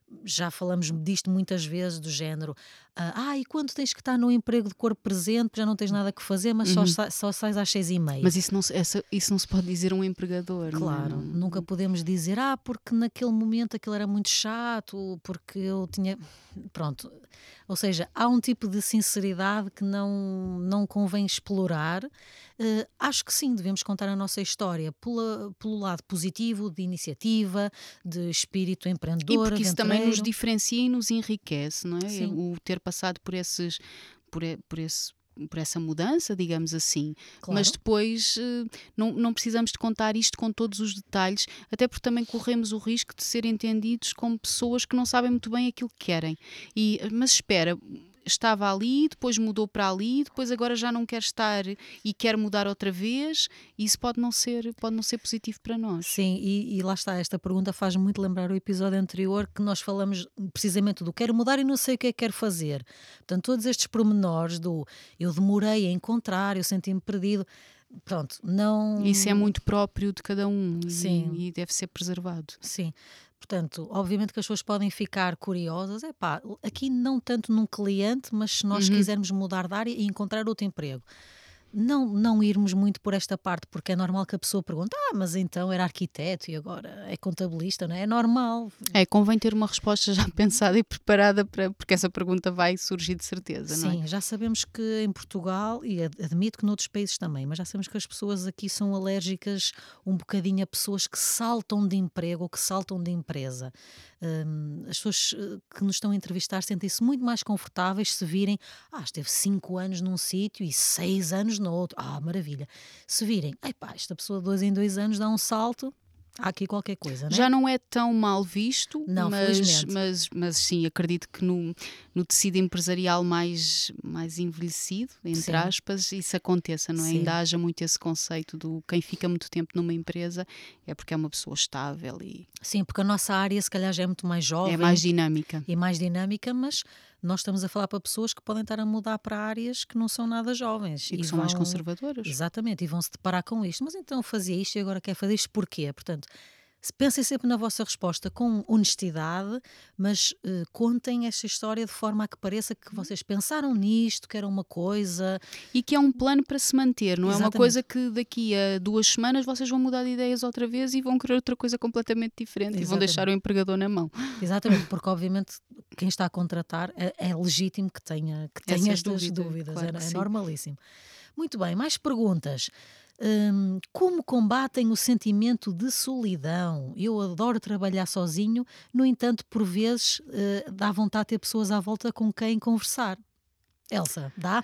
já falamos disto muitas vezes, do género, ah, ah, e quando tens que estar no emprego de corpo presente, já não tens nada que fazer, mas só, Uhum. sa- só sais às seis e meia. Mas isso não, se- essa, isso não se pode dizer a um empregador, não é? Claro, nunca Não, podemos dizer, ah, porque naquele momento aquilo era muito chato, porque eu tinha. Pronto. Ou seja, há um tipo de sinceridade que não, não convém explorar. Eh, acho que sim, devemos contar a nossa história pela- pelo lado positivo, de iniciativa, de espírito e empreendedor, porque isso também nos aventureiro. diferencia e nos enriquece, não é? Sim, O ter passado por esses, por, e- por esse, por essa mudança, digamos assim. Mas claro. depois eh, não, não precisamos de contar isto com todos os detalhes, até porque também corremos o risco de ser entendidos como pessoas que não sabem muito bem aquilo que querem. E, eh, mas espera, estava ali, depois mudou para ali, depois agora já não quer estar e quer mudar outra vez. Isso pode não ser, pode não ser positivo para nós. Sim, e, e lá está, esta pergunta faz muito lembrar o episódio anterior que nós falamos precisamente do quero mudar e não sei o que é que quero fazer. Portanto, todos estes pormenores do eu demorei a encontrar, eu senti-me perdido, pronto, Isso é não. muito próprio de cada um Sim, e, e deve ser preservado. sim. Portanto, obviamente que as pessoas podem ficar curiosas, é pá, aqui não tanto num cliente, mas se nós Uhum. quisermos mudar de área e encontrar outro emprego. Não, não irmos muito por esta parte, porque é normal que a pessoa pergunte: ah, mas então era arquiteto e agora é contabilista, não é? É normal. É, convém ter uma resposta já pensada e preparada para, porque essa pergunta vai surgir de certeza, não é? Sim, já sabemos que em Portugal, e ad- admito que noutros países também, mas já sabemos que as pessoas aqui são alérgicas um bocadinho a pessoas que saltam de emprego ou que saltam de empresa. Hum, as pessoas eh, que nos estão a entrevistar sentem-se muito mais confortáveis se virem, ah, esteve cinco anos num sítio e seis anos no outro. Ah, maravilha. Se virem, epá, esta pessoa de dois em dois anos dá um salto, há aqui qualquer coisa, né? Já não é tão mal visto, Não, mas, felizmente. mas, mas sim, acredito que no, no tecido empresarial mais, mais envelhecido, entre Sim, aspas, isso aconteça, não é? sim. Ainda haja muito esse conceito do quem fica muito tempo numa empresa é porque é uma pessoa estável e Sim, porque a nossa área se calhar já é muito mais é jovem mais dinâmica. e mais dinâmica, mas nós estamos a falar para pessoas que podem estar a mudar para áreas que não são nada jovens E e que são mais vão, conservadoras. exatamente, e vão se deparar com isto. Mas então fazia isto e agora quer fazer isto porquê? Portanto, se- pensem sempre na vossa resposta com honestidade, mas eh, contem esta história de forma a que pareça que vocês pensaram nisto, que era uma coisa. E que é um plano para se manter, não é uma Exatamente. coisa que daqui a duas semanas vocês vão mudar de ideias outra vez e vão querer outra coisa completamente diferente e vão Exatamente. deixar o empregador na mão. Exatamente, porque obviamente quem está a contratar é, é legítimo que tenha, que tenha Essas estas dúvidas, dúvidas, claro é, que é sim. normalíssimo. Muito bem, mais perguntas. Hum, como combatem o sentimento de solidão? Eu adoro trabalhar sozinho, no entanto, por vezes eh, dá vontade de ter pessoas à volta com quem conversar. Elsa, dá?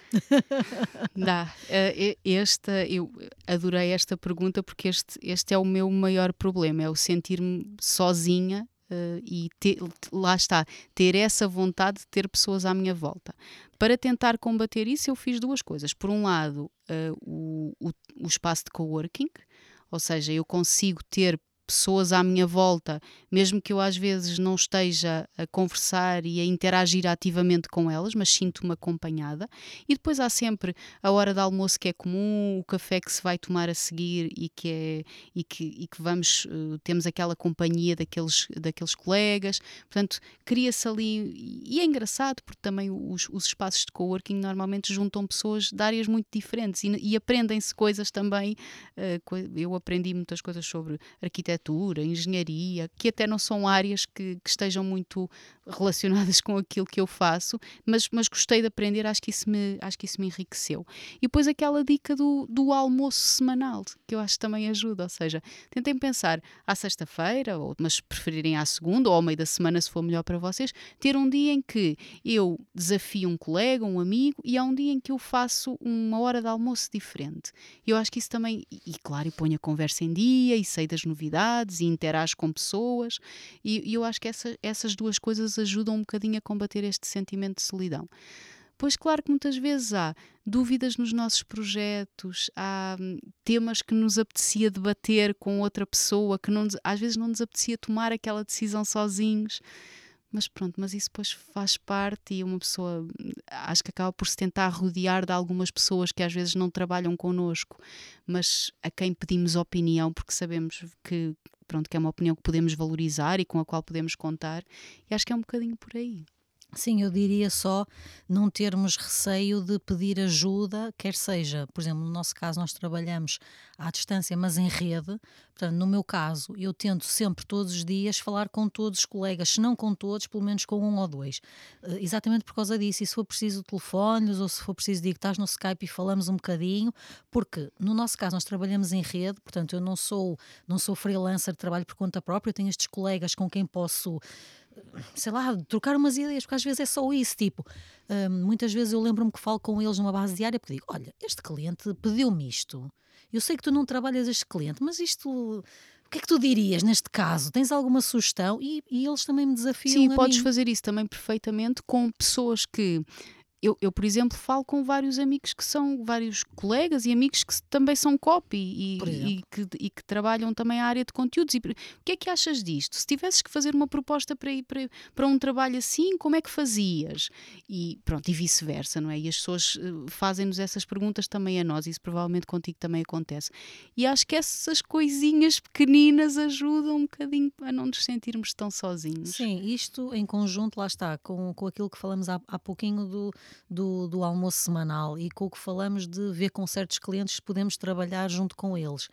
Dá. Eh, e- Esta, eu adorei esta pergunta porque este, este é o meu maior problema, é o sentir-me sozinha. eh, e ter- lá está, ter essa vontade de ter pessoas à minha volta. Para tentar combater isso, eu fiz duas coisas. Por um lado, eh, o, o, o espaço de coworking, ou seja, eu consigo ter pessoas à minha volta, mesmo que eu às vezes não esteja a conversar e a interagir ativamente com elas, mas sinto-me acompanhada. E depois há sempre a hora de almoço que é comum, o café que se vai tomar a seguir e que, é, e que, e que vamos, eh, temos aquela companhia daqueles, daqueles colegas. Portanto, cria-se ali, e é engraçado porque também os, os espaços de coworking normalmente juntam pessoas de áreas muito diferentes e, e aprendem-se coisas também. eh, coi- eu aprendi muitas coisas sobre arquitetura, engenharia, que até não são áreas que, que estejam muito relacionadas com aquilo que eu faço, mas, mas gostei de aprender, acho que isso me, acho que isso me enriqueceu. E depois aquela dica do, do almoço semanal, que eu acho que também ajuda, ou seja, tentem pensar à sexta-feira, ou, mas se preferirem à segunda ou ao meio da semana, se for melhor para vocês, ter um dia em que eu desafio um colega, um amigo, e há um dia em que eu faço uma hora de almoço diferente. Eu acho que isso também, e, e claro, e ponho a conversa em dia, e sei das novidades, e interajo com pessoas, e, e eu acho que essa, essas duas coisas ajudam um bocadinho a combater este sentimento de solidão. Pois claro que muitas vezes há dúvidas nos nossos projetos, há hum, temas que nos apetecia debater com outra pessoa, que não nos- às vezes não nos apetecia tomar aquela decisão sozinhos. Mas pronto, mas isso depois faz parte e uma pessoa, hum, acho que acaba por se tentar rodear de algumas pessoas que às vezes não trabalham connosco, mas a quem pedimos opinião, porque sabemos que, pronto, que é uma opinião que podemos valorizar e com a qual podemos contar, e acho que é um bocadinho por aí. Sim, eu diria só não termos receio de pedir ajuda, quer seja, por exemplo, no nosso caso, nós trabalhamos à distância, mas em rede. Portanto, no meu caso, eu tento sempre, todos os dias, falar com todos os colegas, se não com todos, pelo menos com um ou dois. Eh, Exatamente por causa disso. E se for preciso telefones, ou se for preciso, digo, estás no Skype e falamos um bocadinho, porque no nosso caso, nós trabalhamos em rede, portanto, eu não sou, não sou freelancer, trabalho por conta própria, eu tenho estes colegas com quem posso, sei lá, trocar umas ideias, porque às vezes é só isso, tipo, hum, muitas vezes eu lembro-me que falo com eles numa base diária, porque digo, olha, este cliente pediu-me isto, eu sei que tu não trabalhas este cliente, mas isto, o que é que tu dirias neste caso? Tens alguma sugestão? E, e eles também me Sim, desafiam a podes mim. fazer isso também perfeitamente com pessoas que eu, eu, por exemplo, falo com vários amigos que são, vários colegas e amigos que s- também são copy Por e, e exemplo. que, e que trabalham também a área de conteúdos. E, por- o que é que achas disto? Se tivesses que fazer uma proposta para ir para, para um trabalho assim, como é que fazias? E pronto, e vice-versa, não é? E as pessoas eh, fazem-nos essas perguntas também a nós, isso provavelmente contigo também acontece. E acho que essas coisinhas pequeninas ajudam um bocadinho a não nos sentirmos tão sozinhos. Sim, isto em conjunto, lá está, com, com aquilo que falamos há, há pouquinho do, do, do almoço semanal e com o que falamos de ver com certos clientes se podemos trabalhar junto com eles.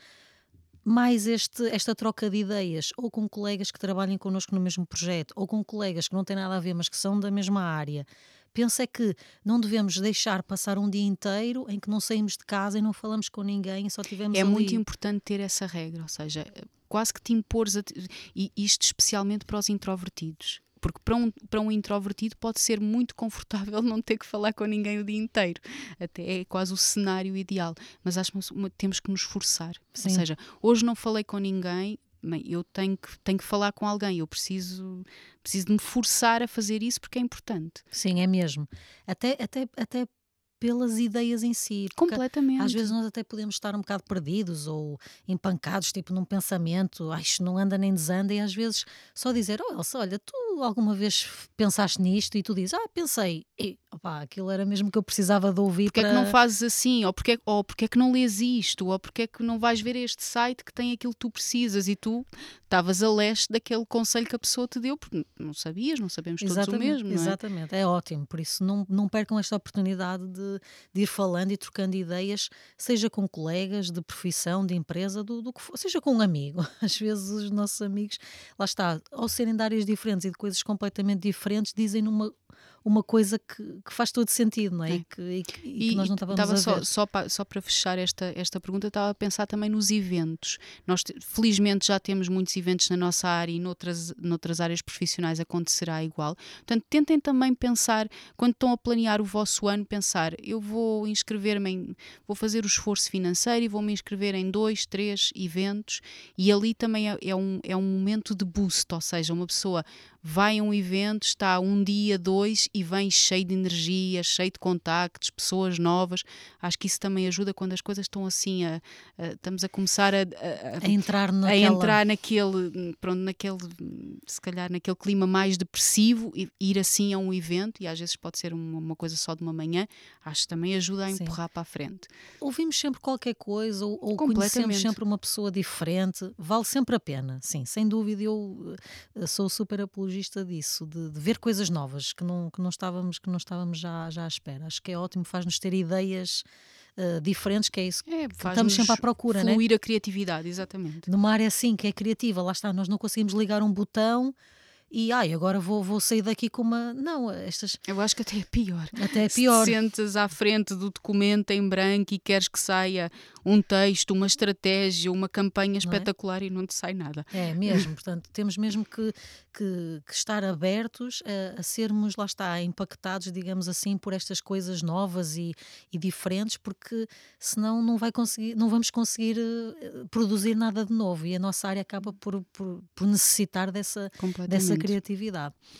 Mais este, esta troca de ideias, ou com colegas que trabalhem connosco no mesmo projeto, ou com colegas que não têm nada a ver, mas que são da mesma área. Penso é que não devemos deixar passar um dia inteiro em que não saímos de casa e não falamos com ninguém e só tivemos É muito ali. importante ter essa regra, ou seja, quase que te impores, a te- e isto especialmente para os introvertidos. Porque para um, para um introvertido pode ser muito confortável não ter que falar com ninguém o dia inteiro. Até é quase o cenário ideal. Mas acho que uma- temos que nos forçar. Ou Sim, seja, hoje não falei com ninguém, bem, eu tenho que, tenho que falar com alguém. Eu preciso, preciso de me forçar a fazer isso porque é importante. sim, é mesmo. Até, até, até pelas ideias em si, porque às vezes Completamente. nós até podemos estar um bocado perdidos ou empancados, tipo num pensamento, ah, isto não anda nem desanda, e às vezes só dizer, oh Elsa, olha, tu alguma vez pensaste nisto? E tu dizes, ah, pensei, e opá, aquilo era mesmo que eu precisava de ouvir Porque é que não para. fazes assim? Ou porque, é, ou porque é que não lês isto? Ou porque é que não vais ver este site que tem aquilo que tu precisas? E tu estavas a leste daquele conselho que a pessoa te deu, porque não sabias, não sabemos todos o Exatamente, mesmo, não é? exatamente, é ótimo, por isso não, não percam esta oportunidade de, de ir falando e trocando ideias, seja com colegas de profissão, de empresa, do, do que for, seja com um amigo. Às vezes os nossos amigos, lá está, ao serem de áreas diferentes e de coisas completamente diferentes, dizem uma, uma coisa que, que faz todo sentido, não é? E É. que, e que, e que E nós não estávamos estava a só, ver. só, pa- só para fechar esta, esta pergunta, estava a pensar também nos eventos. Nós, te- felizmente, já temos muitos eventos na nossa área e noutras, noutras áreas profissionais acontecerá igual. Portanto, tentem também pensar, quando estão a planear o vosso ano, pensar, eu vou inscrever-me em, vou fazer o esforço financeiro e vou me inscrever em dois, três eventos, e ali também é, é um, é um momento de boost, ou seja, uma pessoa vai a um evento, está um dia, dois e vem cheio de energia, cheio de contactos, pessoas novas. Acho que isso também ajuda quando as coisas estão assim, a, a- estamos a começar a, a- A entrar a- a naquela. entrar naquele, pronto, naquele, se calhar naquele clima mais depressivo, e ir assim a um evento, e às vezes pode ser uma, uma coisa só de uma manhã, acho que também ajuda a Sim. empurrar para a frente. Ouvimos sempre qualquer coisa ou, ou conhecemos Completamente. sempre uma pessoa diferente, vale sempre a pena, sim, sem dúvida. Eu eh, sou super apologista disso, de, de ver coisas novas que não, que não estávamos, que não estávamos já, já à espera. Acho que é ótimo, faz-nos ter ideias eh, diferentes, que é isso É, que estamos faz-nos sempre à procura, né? fluir a criatividade, exatamente. Numa área assim que é criativa, lá está, nós não conseguimos ligar um botão e ai, agora vou, vou sair daqui com uma. Não, estas Eu acho que até é pior. até é Se te pior. sentas à frente do documento em branco e queres que saia um texto, uma estratégia, uma campanha Não é? espetacular e não te sai nada. É mesmo, portanto, temos mesmo que, que, que estar abertos a, a sermos, lá está, impactados, digamos assim, por estas coisas novas e, e diferentes, porque senão não, vai conseguir, não vamos conseguir eh, produzir nada de novo e a nossa área acaba por, por, por necessitar dessa, dessa Completamente. criatividade.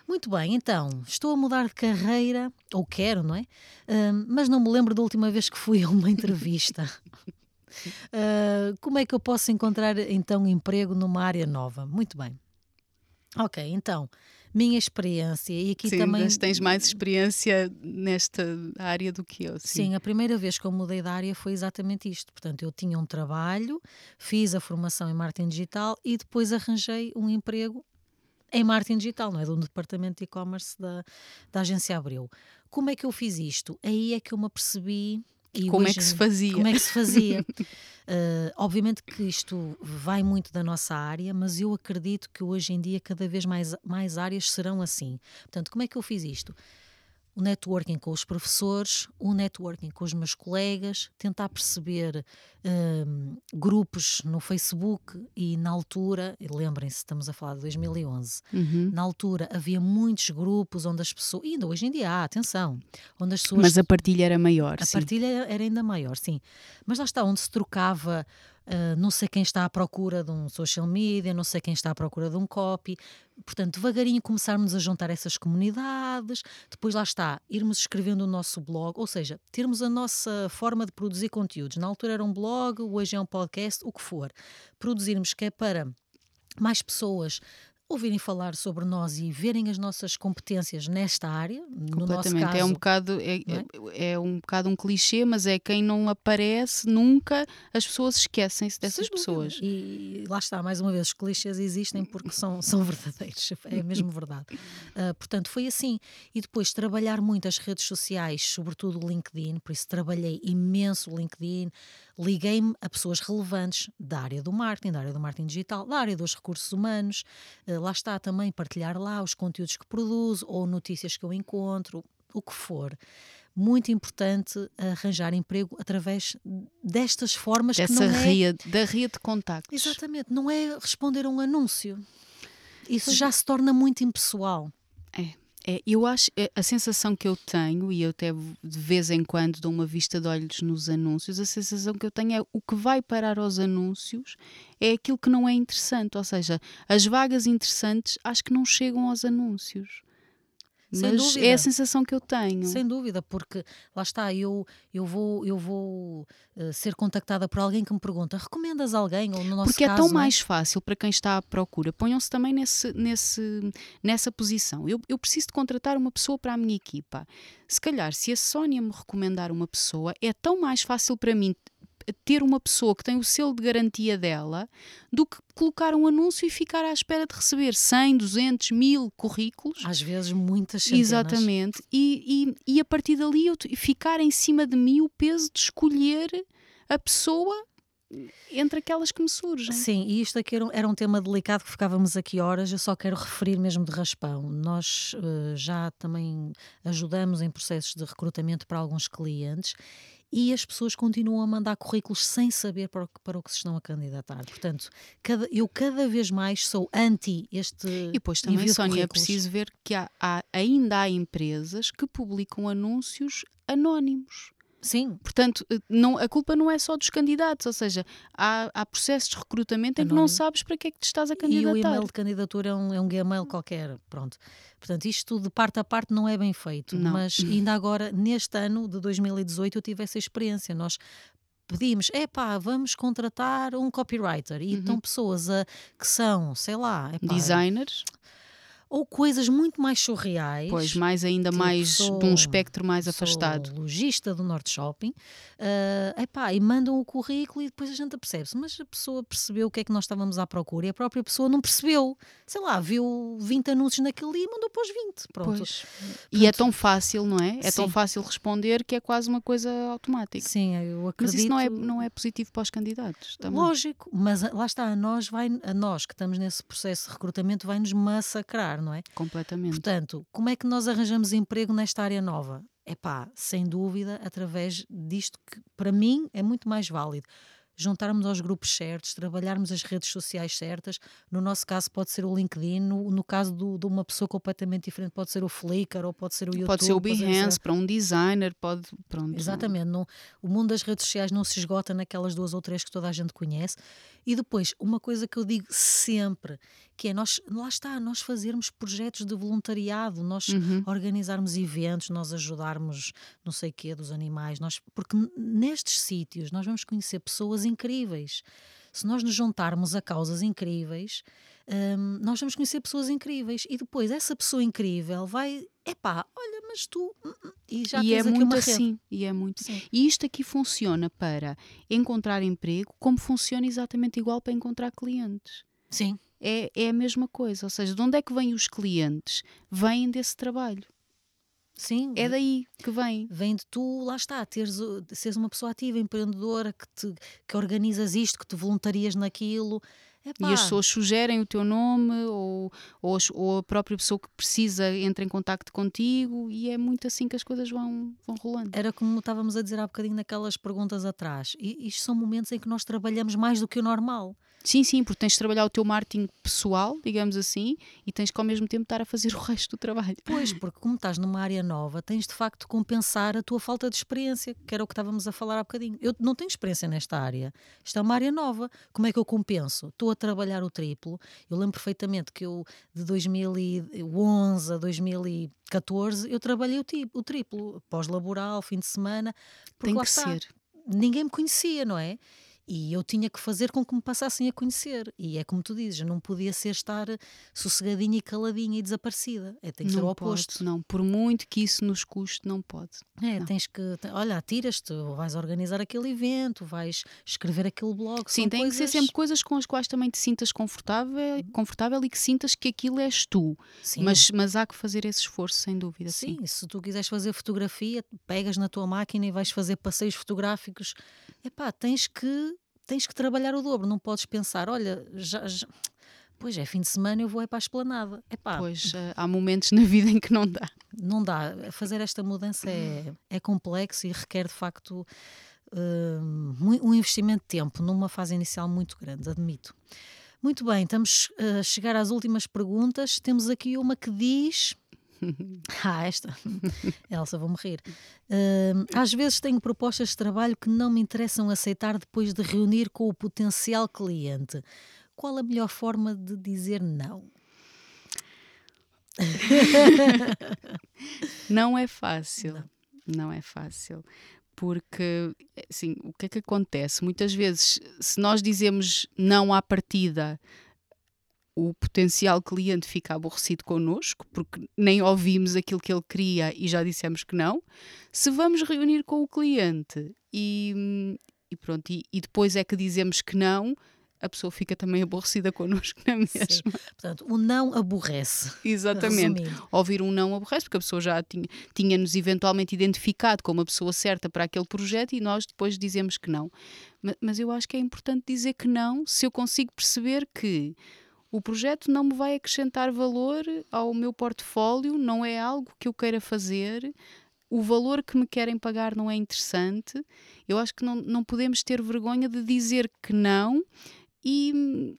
Muito bem, então, estou a mudar de carreira, ou quero, não é? Uh, mas não me lembro da última vez que fui a uma entrevista. uh, como é que eu posso encontrar, então, emprego numa área nova? Muito bem. Ok, então, minha experiência, e aqui sim, também... mas tens mais experiência nesta área do que eu. Sim. Sim, a primeira vez que eu mudei de área foi exatamente isto. Portanto, eu tinha um trabalho, fiz a formação em marketing digital e depois arranjei um emprego em marketing digital, não é? Do departamento de e-commerce da, da agência Abreu. Como é que eu fiz isto? Aí é que eu me apercebi... E como hoje, é que se fazia? Como é que se fazia? uh, obviamente que isto vai muito da nossa área, mas eu acredito que hoje em dia cada vez mais, mais áreas serão assim. Portanto, como é que eu fiz isto? O networking com os professores, o networking com os meus colegas, tentar perceber um, grupos no Facebook e na altura, e lembrem-se, estamos a falar de dois mil e onze, uhum. na altura havia muitos grupos onde as pessoas, e ainda hoje em dia há, atenção, onde as pessoas... Mas a partilha era maior, A sim. partilha era ainda maior, sim. Mas lá está, onde se trocava... Uh, não sei quem está à procura de um social media, não sei quem está à procura de um copy. Portanto, devagarinho começarmos a juntar essas comunidades, depois lá está, irmos escrevendo o nosso blog, ou seja, termos a nossa forma de produzir conteúdos. Na altura era um blog, hoje é um podcast, o que for. Produzirmos que é para mais pessoas ouvirem falar sobre nós e verem as nossas competências nesta área, no nosso caso... é um bocado é, é? é um bocado um clichê, mas é quem não aparece nunca, as pessoas esquecem-se dessas Sem pessoas. dúvida. E lá está, mais uma vez, os clichês existem porque são, são verdadeiros, é mesmo verdade. Uh, portanto, foi assim. E depois trabalhar muito as redes sociais, sobretudo o LinkedIn, por isso trabalhei imenso o LinkedIn, liguei-me a pessoas relevantes da área do marketing, da área do marketing digital, da área dos recursos humanos, uh, lá está também partilhar lá os conteúdos que produzo ou notícias que eu encontro, o que for. Muito importante arranjar emprego através destas formas. Dessa que não é... rede, da rede de contactos. Exatamente, não é responder a um anúncio. Isso já se torna muito impessoal. É. É, eu acho, a sensação que eu tenho, e eu até de vez em quando dou uma vista de olhos nos anúncios, a sensação que eu tenho é o que vai parar aos anúncios é aquilo que não é interessante, ou seja, as vagas interessantes acho que não chegam aos anúncios. Sem Mas dúvida. é a sensação que eu tenho. Sem dúvida, porque lá está, eu, eu vou, eu vou uh, ser contactada por alguém que me pergunta, recomendas alguém? Ou no nosso Porque caso, é tão não mais fácil para quem está à procura. Ponham-se também nesse, nesse, nessa posição. Eu, eu preciso de contratar uma pessoa para a minha equipa. Se calhar, se a Sónia me recomendar uma pessoa, é tão mais fácil para mim ter uma pessoa que tem o selo de garantia dela do que colocar um anúncio e ficar à espera de receber cem, duzentos, mil currículos. Às vezes muitas centenas. Exatamente. E, e, e a partir dali eu ficar em cima de mim o peso de escolher a pessoa entre aquelas que me surgem. Sim, e isto aqui era um, era um tema delicado que ficávamos aqui horas, eu só quero referir mesmo de raspão. Nós uh, já também ajudamos em processos de recrutamento para alguns clientes e as pessoas continuam a mandar currículos sem saber para o que, para o que se estão a candidatar. Portanto, cada, eu cada vez mais sou anti este E depois também, Sónia, é preciso ver que há, há, ainda há empresas que publicam anúncios anónimos. Sim. Portanto, não, a culpa não é só dos candidatos, ou seja, há, há processos de recrutamento em Anónimo. Que não sabes para que é que te estás a candidatar. E o e-mail de candidatura é um, é um Gmail qualquer, pronto. Portanto, isto de parte a parte não é bem feito, não. Mas ainda agora, neste ano de dois mil e dezoito, eu tive essa experiência. Nós pedimos, epá, vamos contratar um copywriter. E uhum. estão pessoas a, que são, sei lá... Epá, designers... ou coisas muito mais surreais. Pois, mais ainda tipo, mais sou, de um espectro mais afastado. Sou lojista do Norte Shopping, uh, epá, e mandam o currículo e depois a gente apercebe-se, mas a pessoa percebeu o que é que nós estávamos à procura e a própria pessoa não percebeu. Sei lá, viu vinte anúncios naquele dia e mandou para os vinte. Pronto. Pois. E é tão fácil, não é? É sim. tão fácil responder que é quase uma coisa automática. Sim, eu acredito. Mas isso não é, não é positivo para os candidatos também. Lógico, mas lá está, a nós, vai, a nós que estamos nesse processo de recrutamento vai-nos massacrar, não é? Completamente. Portanto, como é que nós arranjamos emprego nesta área nova? Epá, sem dúvida, através disto que para mim é muito mais válido. juntarmos aos grupos certos, trabalharmos as redes sociais certas. No nosso caso pode ser o LinkedIn, no, no caso do, de uma pessoa completamente diferente pode ser o Flickr ou pode ser o YouTube. Pode ser o pode ser- Behance, para um designer, pode... Pronto. Exatamente, não, o mundo das redes sociais não se esgota naquelas duas ou três que toda a gente conhece. E depois, uma coisa que eu digo sempre, que é nós, lá está, nós fazermos projetos de voluntariado, nós Uhum. organizarmos eventos, nós ajudarmos não sei o quê dos animais, nós, porque n- nestes sítios nós vamos conhecer pessoas incríveis. Se nós nos juntarmos a causas incríveis, hum, nós vamos conhecer pessoas incríveis e depois essa pessoa incrível vai, epá, olha, mas tu... hum, hum", e já E tens é aqui muito uma rede. assim, e é muito. Sim. E isto aqui funciona para encontrar emprego, como funciona exatamente igual para encontrar clientes. Sim. É, é a mesma coisa, ou seja, de onde é que vêm os clientes? Vêm desse trabalho. Sim, É daí que vem. vem de tu, lá está, teres, o- seres uma pessoa ativa, empreendedora, que, te, que organizas isto, que te voluntarias naquilo. Epá, E as pessoas sugerem o teu nome, ou, ou, as- ou a própria pessoa que precisa entra em contacto contigo, e é muito assim que as coisas vão, vão rolando. era como estávamos a dizer há bocadinho naquelas perguntas atrás. E isto são momentos em que nós trabalhamos mais do que o normal. Sim, sim, porque tens de trabalhar o teu marketing pessoal, digamos assim, e tens que ao mesmo tempo estar a fazer o resto do trabalho. Pois, porque como estás numa área nova, tens de facto de compensar a tua falta de experiência, que era o que estávamos a falar há bocadinho. Eu não tenho experiência nesta área. Isto é uma área nova. Como é que eu compenso? Estou a trabalhar o triplo. Eu lembro perfeitamente que eu, de dois mil e onze a dois mil e catorze, eu trabalhei o, ti- o triplo, pós-laboral, fim de semana. Porque Tem lá que está, ser. ninguém me conhecia, não é? E eu tinha que fazer com que me passassem a conhecer. E é como tu dizes, eu não podia ser estar sossegadinha e caladinha e desaparecida. É, tem que ser o Não oposto. pode, não. Por muito que isso nos custe, não pode. É, Não. tens que, te- olha, atiras-te, vais organizar aquele evento, vais escrever aquele blog. Sim, são tem que ser coisas- sempre coisas com as quais também te sintas confortável, confortável e que sintas que aquilo és tu. Sim, Mas, mas há que fazer esse esforço, sem dúvida. Sim. sim, se tu quiseres fazer fotografia, pegas na tua máquina e vais fazer passeios fotográficos. Epá, tens que, tens que trabalhar o dobro, não podes pensar, olha, já, já- pois é, fim de semana eu vou é para a esplanada. Epá, Pois eh, há momentos na vida em que não dá. não dá. Fazer esta mudança é, é complexo e requer de facto hum, mui- um investimento de tempo numa fase inicial muito grande, admito. Muito bem, estamos a chegar às últimas perguntas. Temos aqui uma que diz. Ah, esta. Elsa, vou-me rir. Hum, às vezes tenho propostas de trabalho que não me interessam aceitar depois de reunir com o potencial cliente. Qual a melhor forma de dizer não? Não é fácil. Não, é fácil. Porque, assim, o que é que acontece? Muitas vezes, se nós dizemos não à partida, o potencial cliente fica aborrecido connosco, porque nem ouvimos aquilo que ele queria e já dissemos que não. Se vamos reunir com o cliente e, e pronto, e, e depois é que dizemos que não, a pessoa fica também aborrecida connosco, não é mesmo? Sim. Portanto, o não aborrece. Exatamente. Resumindo. Ouvir um não aborrece, porque a pessoa já tinha, tinha-nos eventualmente identificado como a pessoa certa para aquele projeto e nós depois dizemos que não. Ma- Mas eu acho que é importante dizer que não, se eu consigo perceber que o projeto não me vai acrescentar valor ao meu portfólio, não é algo que eu queira fazer, o valor que me querem pagar não é interessante. Eu acho que não, não podemos ter vergonha de dizer que não e,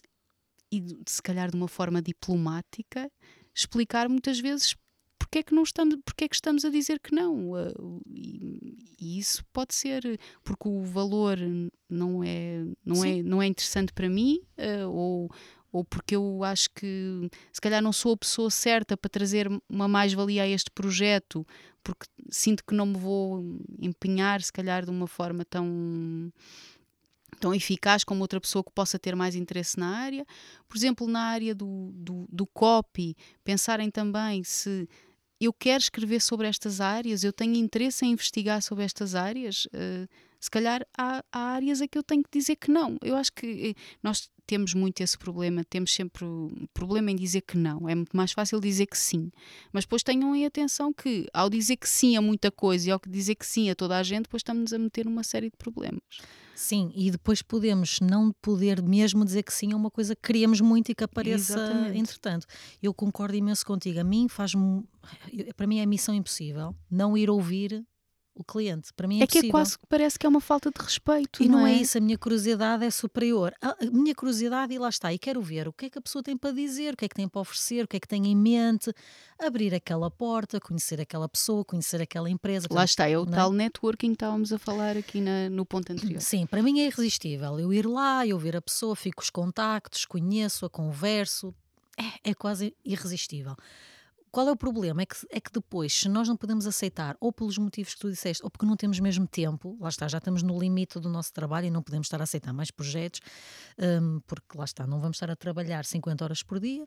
e se calhar de uma forma diplomática explicar muitas vezes porque é que não estamos, porque é que estamos a dizer que não. Uh, e, e isso pode ser porque o valor não é, não é, não é interessante para mim, uh, ou, ou porque eu acho que se calhar não sou a pessoa certa para trazer uma mais-valia a este projeto, porque sinto que não me vou empenhar se calhar de uma forma tão tão eficaz como outra pessoa que possa ter mais interesse na área. Por exemplo, na área do, do, do copy, pensarem também se eu quero escrever sobre estas áreas, eu tenho interesse em investigar sobre estas áreas, uh, se calhar há, há áreas a que eu tenho que dizer que não. Eu acho que nós temos muito esse problema, temos sempre o problema em dizer que não. É muito mais fácil dizer que sim. Mas depois tenham em atenção que ao dizer que sim a muita coisa e ao dizer que sim a toda a gente, depois estamos a meter numa série de problemas. Sim, e depois podemos não poder mesmo dizer que sim a uma coisa que queríamos muito e que apareça Exatamente. entretanto. Eu concordo imenso contigo. A mim faz-me, para mim é missão impossível não ir ouvir o cliente. Para mim é, É que é impossível. quase que parece que é uma falta de respeito, E não é é? isso, a minha curiosidade é superior. A a minha curiosidade, e lá está, e quero ver o que é que a pessoa tem para dizer, o que é que tem para oferecer, o que é que tem em mente, abrir aquela porta, conhecer aquela pessoa, conhecer aquela empresa. Lá Portanto, está, é o não é? tal networking que estávamos a falar aqui na- no ponto anterior. Sim, para mim é irresistível. Eu ir lá, eu ver a pessoa, fico com os contactos, conheço-a, converso, é, é quase irresistível. Qual é o problema? É que, é que depois, se nós não podemos aceitar, ou pelos motivos que tu disseste, ou porque não temos mesmo tempo, lá está, já estamos no limite do nosso trabalho e não podemos estar a aceitar mais projetos, hum, porque lá está, não vamos estar a trabalhar cinquenta horas por dia,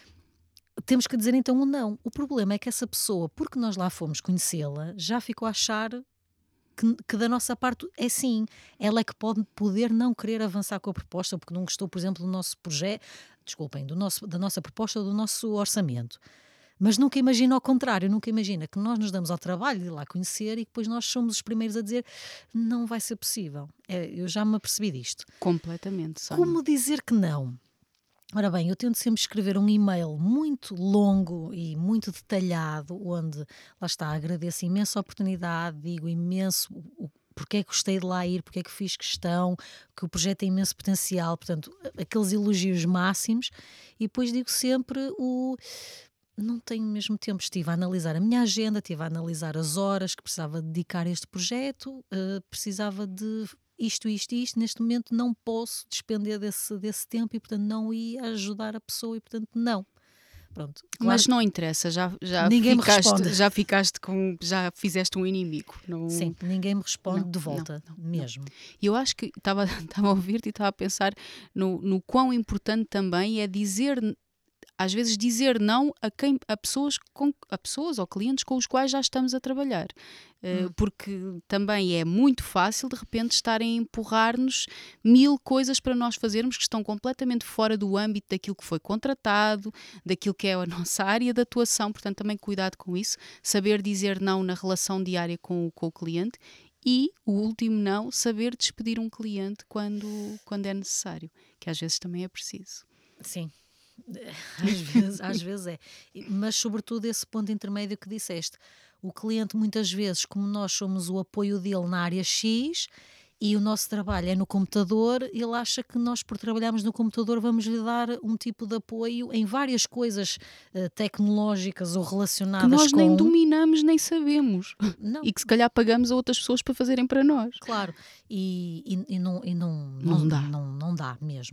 temos que dizer então um não. O problema é que essa pessoa, porque nós lá fomos conhecê-la, já ficou a achar que, que da nossa parte é sim, ela é que pode poder não querer avançar com a proposta, porque não gostou, por exemplo, do nosso projeto, desculpem, do nosso, da nossa proposta ou do nosso orçamento. Mas nunca imagina ao contrário, nunca imagina que nós nos damos ao trabalho de ir lá conhecer e que depois nós somos os primeiros a dizer não vai ser possível. É, eu já me apercebi disto. Completamente, Sónia. Como dizer que não? Ora bem, eu tento sempre escrever um e-mail muito longo e muito detalhado, onde, lá está, agradeço imenso a oportunidade, digo imenso o, o- porque é que gostei de lá ir, porque é que fiz questão, que o projeto tem imenso potencial, portanto, a- aqueles elogios máximos, e depois digo sempre o não tenho mesmo tempo. Estive a analisar a minha agenda, estive a analisar as horas que precisava dedicar a este projeto, eh, precisava de isto, isto e isto. Neste momento não posso despender desse, desse tempo e, portanto, não ia ajudar a pessoa e, portanto, não. Pronto. Claro, Mas não interessa, já, já, Ninguém me ficaste, responde. já ficaste com. Já fizeste um inimigo. Não, sim, ninguém me responde Não, de volta, não, não, não. mesmo. E eu acho que estava estava a ouvir-te e estava a pensar no, no quão importante também é dizer, às vezes dizer não a, quem, a, pessoas com, a pessoas ou clientes com os quais já estamos a trabalhar. Uh, Hum. Porque também é muito fácil de repente estarem a empurrar-nos mil coisas para nós fazermos que estão completamente fora do âmbito daquilo que foi contratado, daquilo que é a nossa área de atuação, portanto também cuidado com isso, saber dizer não na relação diária com, o- com o cliente. E o último não, saber despedir um cliente quando, quando é necessário, que às vezes também é preciso. Sim. Às vezes, às vezes é. E- Mas, sobretudo, esse ponto intermédio que disseste. O cliente, muitas vezes, como nós somos o apoio dele na área X e o nosso trabalho é no computador, ele acha que nós, por trabalharmos no computador, vamos lhe dar um tipo de apoio em várias coisas eh, tecnológicas ou Que relacionadas nós com. nem dominamos nem sabemos Não, e que se calhar pagamos a outras pessoas para fazerem para nós. claro, e, e- e não, e não, Não não, dá. não, não dá mesmo.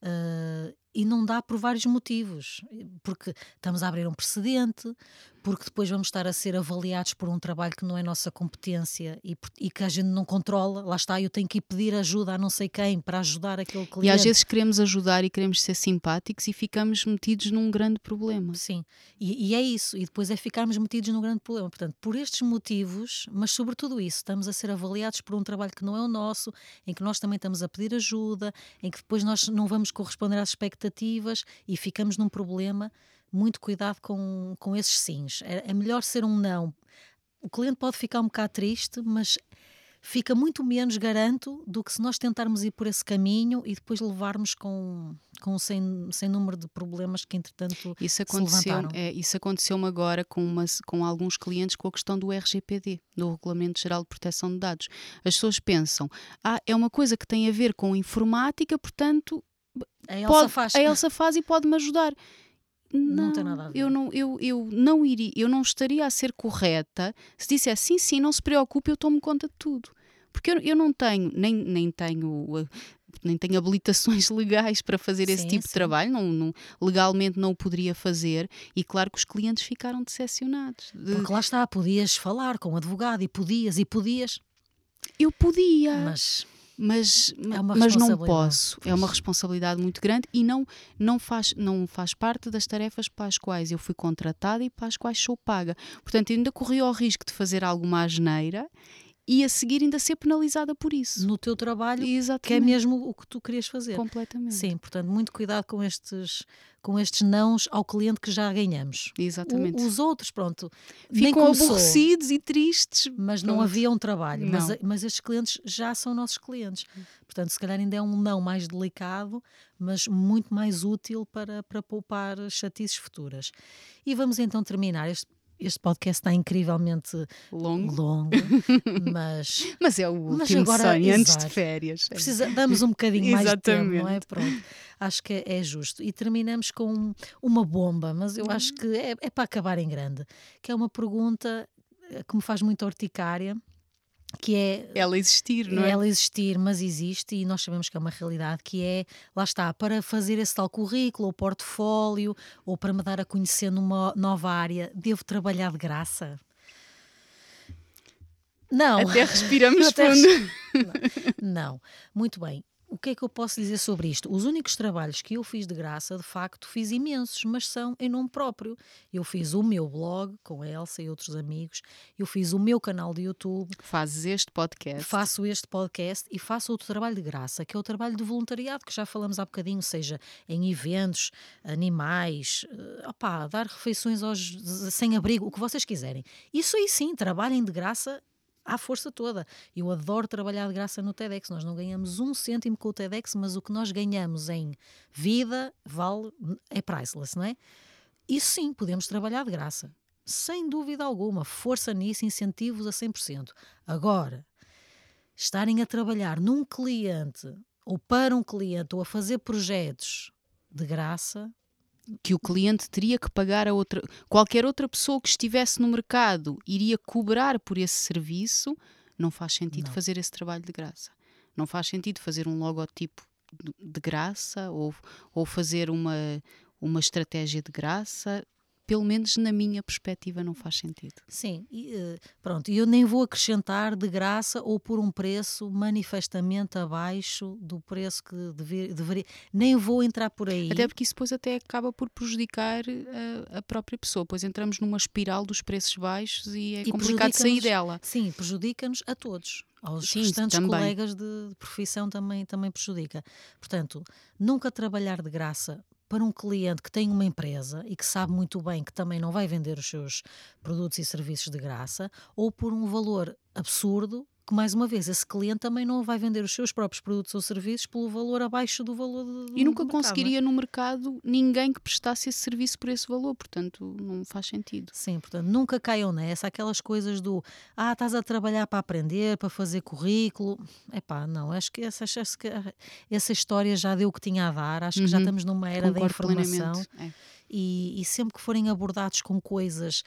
Ah, e não dá por vários motivos, porque estamos a abrir um precedente, porque depois vamos estar a ser avaliados por um trabalho que não é nossa competência e, por- e que a gente não controla. Lá está, eu tenho que ir pedir ajuda a não sei quem para ajudar aquele cliente. E às vezes queremos ajudar e queremos ser simpáticos e ficamos metidos num grande problema. Sim, e, e é isso, e depois é ficarmos metidos num grande problema. Portanto, por estes motivos, mas sobretudo isso, estamos a ser avaliados por um trabalho que não é o nosso, em que nós também estamos a pedir ajuda, em que depois nós não vamos corresponder às expectativas e ficamos num problema. Muito cuidado com, com esses sims. É, é melhor ser um não. O cliente pode ficar um bocado triste, mas fica muito menos, garanto, do que se nós tentarmos ir por esse caminho e depois levarmos com, com um sem, sem número de problemas que, entretanto, Isso se aconteceu, levantaram. é, isso aconteceu-me agora com, uma, com alguns clientes com a questão do R G P D, do Regulamento Geral de Proteção de Dados. As pessoas pensam, ah, é uma coisa que tem a ver com informática, portanto, A Elsa pode, faz. a Elsa faz e pode-me ajudar. Não, Não tem nada a ver. Eu não, eu, eu não iria, eu não estaria a ser correta se dissesse sim, sim, não se preocupe, eu tomo conta de tudo. Porque eu, eu não tenho, nem, nem tenho uh, nem tenho habilitações legais para fazer esse Sim, tipo de sim. trabalho, não, não- legalmente não o poderia fazer, e claro que os clientes ficaram decepcionados. De- Porque lá está, podias falar com o advogado e podias e podias, eu podia, mas mas, É uma mas não responsabilidade. posso. É uma responsabilidade muito grande e não, não, faz, não faz parte das tarefas para as quais eu fui contratada e para as quais sou paga. Portanto, eu ainda corri ao risco de fazer alguma asneira e a seguir ainda ser penalizada por isso. no teu trabalho, Exatamente. que é mesmo o que tu querias fazer. Completamente. Sim, portanto, muito cuidado com estes, com estes nãos ao cliente que já ganhamos. Exatamente. O- os outros, pronto, nem Ficam começou, aborrecidos e tristes. mas não Pronto. havia um trabalho. Mas, Não. mas estes clientes já são nossos clientes. Portanto, se calhar ainda é um não mais delicado, mas muito mais útil para, para poupar chatices futuras. E vamos então terminar este este podcast está incrivelmente Longo, longo mas, mas é o mas último agora, sonho antes exato, de férias. Precisa, damos um bocadinho mais de tempo, não é? Exatamente. Pronto, acho que é, é justo. E terminamos com uma bomba, mas eu acho que é, é para acabar em grande, que é uma pergunta que me faz muita urticária, que é Ela existir, não é? ela existir, mas existe e nós sabemos que é uma realidade, que é, lá está, para fazer esse tal currículo ou portfólio ou para me dar a conhecer numa nova área, devo trabalhar de graça? Não. Até respiramos Até fundo. res- Não. Não. Muito bem. O que é que eu posso dizer sobre isto? Os únicos trabalhos que eu fiz de graça, de facto, fiz imensos, mas são em nome próprio. Eu fiz o meu blog com a Elsa e outros amigos, eu fiz o meu canal de YouTube, Fazes este podcast. faço este podcast e faço outro trabalho de graça, que é o trabalho de voluntariado, que já falamos há bocadinho, seja em eventos, animais, eh, opá, dar refeições aos sem-abrigo, o que vocês quiserem. Isso aí sim, trabalhem de graça à força toda. Eu adoro trabalhar de graça no TEDx. Nós não ganhamos um cêntimo com o TEDx, mas o que nós ganhamos em vida vale, é priceless, não é? Isso sim, podemos trabalhar de graça. Sem dúvida alguma. Força nisso, incentivos a cem por cento. Agora, estarem a trabalhar num cliente ou para um cliente ou a fazer projetos de graça, Que o cliente teria que pagar a outra. Qualquer outra pessoa que estivesse no mercado iria cobrar por esse serviço. Não faz sentido Não. fazer esse trabalho de graça. Não faz sentido fazer um logotipo de, de graça ou, ou fazer uma, uma estratégia de graça. Pelo menos na minha perspectiva não faz sentido. sim, e, eh, pronto, e eu nem vou acrescentar de graça ou por um preço manifestamente abaixo do preço que dever- deveria, nem vou entrar por aí. Até porque isso depois até acaba por prejudicar a, a própria pessoa. Pois entramos numa espiral dos preços baixos e é E complicado sair prejudica-nos- dela. Sim, prejudica-nos a todos. Aos Sim, restantes também. colegas de, de profissão também, também prejudica. Portanto, nunca trabalhar de graça para um cliente que tem uma empresa e que sabe muito bem que também não vai vender os seus produtos e serviços de graça, ou por um valor absurdo, que mais uma vez esse cliente também não vai vender os seus próprios produtos ou serviços pelo valor abaixo do valor do, do E nunca do mercado, não é? conseguiria no mercado ninguém que prestasse esse serviço por esse valor. Portanto, não faz sentido. Sim, portanto, nunca caiam nessa, aquelas coisas do ah, estás a trabalhar para aprender, para fazer currículo. Epá, não, acho que essa, acho que essa história já deu o que tinha a dar, acho que já Uhum. estamos numa era da Concordo informação plenamente. É. e, e sempre que forem abordados com coisas,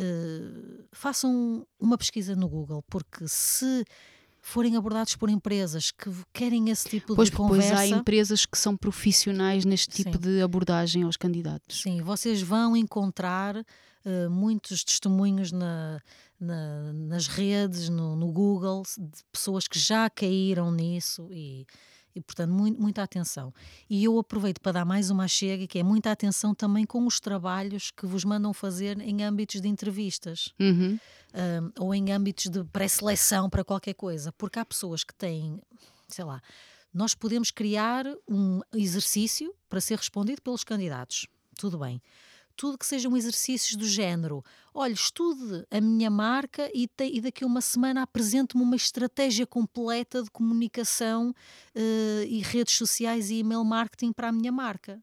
eh, façam uma pesquisa no Google, porque se forem abordados por empresas que querem esse tipo Pois, de porque depois conversa, há empresas que são profissionais neste tipo Sim. de abordagem aos candidatos. sim, vocês vão encontrar eh, muitos testemunhos na, na- nas redes, no, no Google, de pessoas que já caíram nisso e, e portanto, muito, muita atenção. E eu aproveito para dar mais uma chega, que é muita atenção também com os trabalhos que vos mandam fazer em âmbitos de entrevistas. Uhum. um, ou em âmbitos de pré-seleção para qualquer coisa, porque há pessoas que têm, sei lá, nós podemos criar um exercício para ser respondido pelos candidatos, tudo bem. Tudo que sejam exercícios do género, olha, estude a minha marca e, te, e daqui a uma semana apresente-me uma estratégia completa de comunicação eh, e redes sociais e e-mail marketing para a minha marca.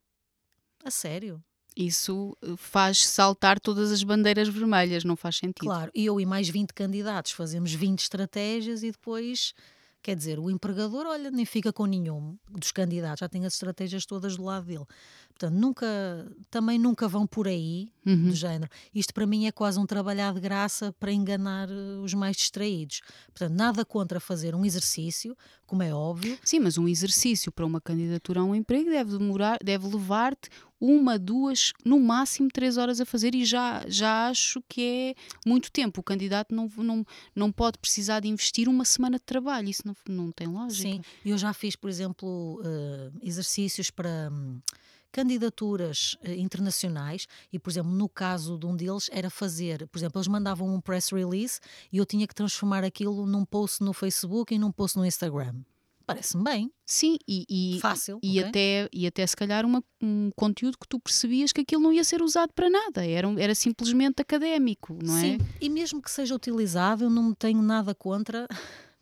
A sério? Isso eh, faz saltar todas as bandeiras vermelhas, não faz sentido. Claro, e eu e mais vinte candidatos fazemos vinte estratégias e depois, quer dizer, o empregador, olha, nem fica com nenhum dos candidatos, já tem as estratégias todas do lado dele. Portanto, nunca, também nunca vão por aí, Uhum. do género. Isto para mim é quase um trabalhar de graça para enganar eh, os mais distraídos. Portanto, nada contra fazer um exercício, como é óbvio. Sim, mas um exercício para uma candidatura a um emprego deve demorar, deve levar-te uma, duas, no máximo três horas a fazer e já, já acho que é muito tempo. O candidato não, não, não pode precisar de investir uma semana de trabalho, isso não, não tem lógica. Sim, eu já fiz, por exemplo, eh, exercícios para hum, candidaturas eh, internacionais e, por exemplo, no caso de um deles era fazer, por exemplo, eles mandavam um press release e eu tinha que transformar aquilo num post no Facebook e num post no Instagram. Parece-me bem, Sim, e, e, fácil. e, ok? até, e até se calhar uma, um conteúdo que tu percebias que aquilo não ia ser usado para nada, era, um- era simplesmente académico, não é? Sim, e mesmo que seja utilizado, eu não tenho nada contra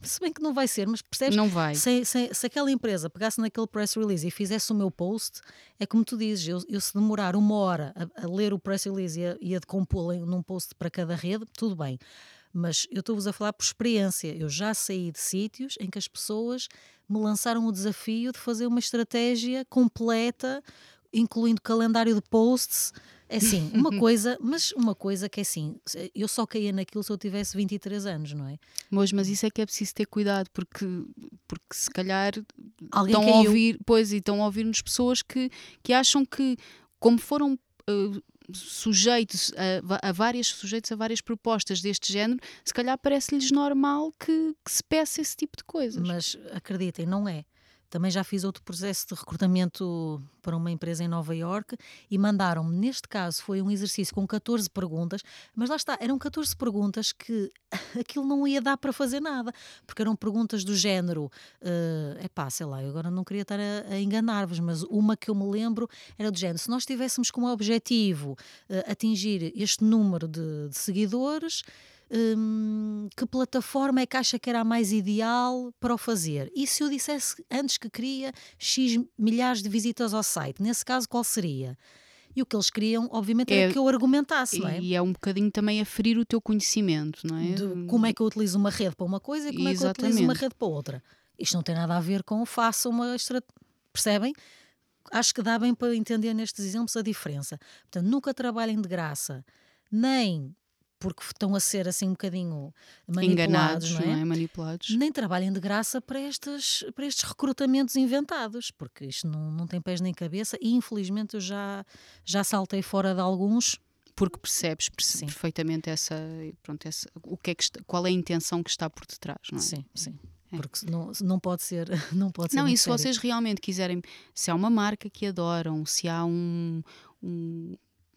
Se bem que não vai ser, mas percebes? Não vai. Se, se, se aquela empresa pegasse naquele press release e fizesse o meu post, é como tu dizes, eu, eu se demorar uma hora a, a ler o press release e a, e a decompô-lo num post para cada rede, tudo bem. Mas eu estou-vos a falar por experiência. Eu já saí de sítios em que as pessoas me lançaram o desafio de fazer uma estratégia completa, incluindo calendário de posts. É assim, uma coisa, mas uma coisa que é assim, eu só caía naquilo se eu tivesse vinte e três anos, não é? Mas, mas isso é que é preciso ter cuidado, porque, porque se calhar Alguém estão a caiu. ouvir, pois, e estão a ouvir-nos pessoas que, que acham que, como foram uh, sujeitos a, a várias sujeitos a várias propostas deste género, se calhar parece-lhes normal que, que se peça esse tipo de coisas. Mas acreditem, não é. Também já fiz outro processo de recrutamento para uma empresa em Nova Iorque e mandaram-me, neste caso foi um exercício com catorze perguntas, mas lá está, eram catorze perguntas que aquilo não ia dar para fazer nada, porque eram perguntas do género, é uh, pá, sei lá, eu agora não queria estar a, a enganar-vos, mas uma que eu me lembro era do género, se nós tivéssemos como objetivo uh, atingir este número de, de seguidores, Hum, que plataforma é que acha que era a mais ideal para o fazer? E se eu dissesse antes que queria X milhares de visitas ao site, nesse caso qual seria? E o que eles queriam, obviamente, era é, que eu argumentasse, não é? E é um bocadinho também a ferir o teu conhecimento, não é? De como é que eu utilizo uma rede para uma coisa e como Exatamente. é que eu utilizo uma rede para outra. Isto não tem nada a ver com faça uma estratégia, percebem? Acho que dá bem para entender nestes exemplos a diferença. Portanto, nunca trabalhem de graça, nem porque estão a ser assim um bocadinho manipulados, enganados, não é? Não é? Manipulados. Nem trabalhem de graça para estes, para estes recrutamentos inventados, porque isto não, não tem pés nem cabeça e infelizmente eu já, já saltei fora de alguns. Porque percebes, percebes perfeitamente essa, pronto, essa, o que é que está, qual é a intenção que está por detrás, não é? Sim, sim. É. Porque não, não pode ser. Não, pode ser não muito e se sério. vocês realmente quiserem, se há uma marca que adoram, se há um. um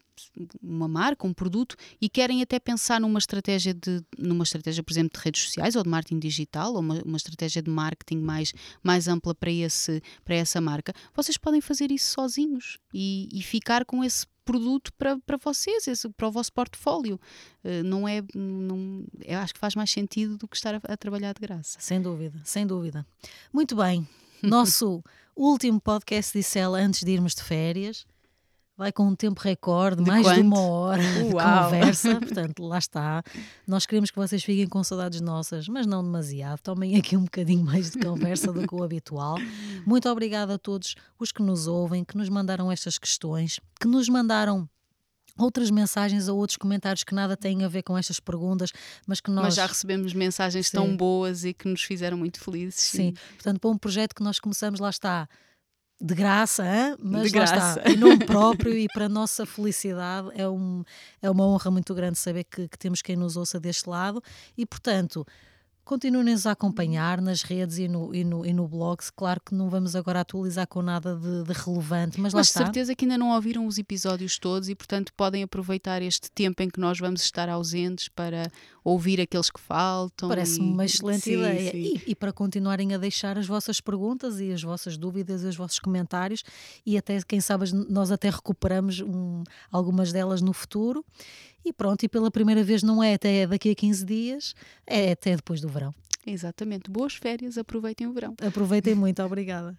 uma marca, um produto e querem até pensar numa estratégia de, numa estratégia, por exemplo, de redes sociais ou de marketing digital ou uma, uma estratégia de marketing mais, mais ampla para, esse, para essa marca, vocês podem fazer isso sozinhos e, e ficar com esse produto para, para vocês, esse, para o vosso portfólio. Uh, não é, não, eu acho que faz mais sentido do que estar a, a trabalhar de graça. Sem dúvida, sem dúvida. Muito bem, nosso último podcast de Cela antes de irmos de férias. Vai com um tempo recorde, de mais quanto? de uma hora de Uau. conversa. Portanto, lá está. Nós queremos que vocês fiquem com saudades nossas, mas não demasiado. Tomem aqui um bocadinho mais de conversa do que o habitual. Muito obrigada a todos os que nos ouvem, que nos mandaram estas questões, que nos mandaram outras mensagens ou outros comentários que nada têm a ver com estas perguntas, mas que nós... Mas já recebemos mensagens Sim. tão boas e que nos fizeram muito felizes. Sim. Sim. Portanto, para um projeto que nós começamos, lá está... de graça, hein? Mas de graça. Lá está, em nome próprio e para a nossa felicidade é, um, é uma honra muito grande saber que, que temos quem nos ouça deste lado e, portanto, continuem-nos a acompanhar nas redes e no, e, no, e no blog. Claro que não vamos agora atualizar com nada de, de relevante, mas lá Mas de está. certeza que ainda não ouviram os episódios todos e, portanto, podem aproveitar este tempo em que nós vamos estar ausentes para ouvir aqueles que faltam. Parece-me e... uma excelente sim, ideia. Sim. E, e para continuarem a deixar as vossas perguntas e as vossas dúvidas e os vossos comentários e até, quem sabe, nós até recuperamos um, algumas delas no futuro. E pronto, e pela primeira vez não é até daqui a quinze dias, é até depois do verão. Exatamente. Boas férias, aproveitem o verão. Aproveitem muito, obrigada.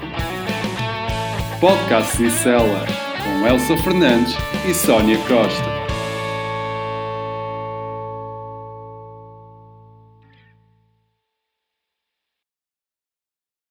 Podcast Cicela, com Elsa Fernandes e Sónia Costa.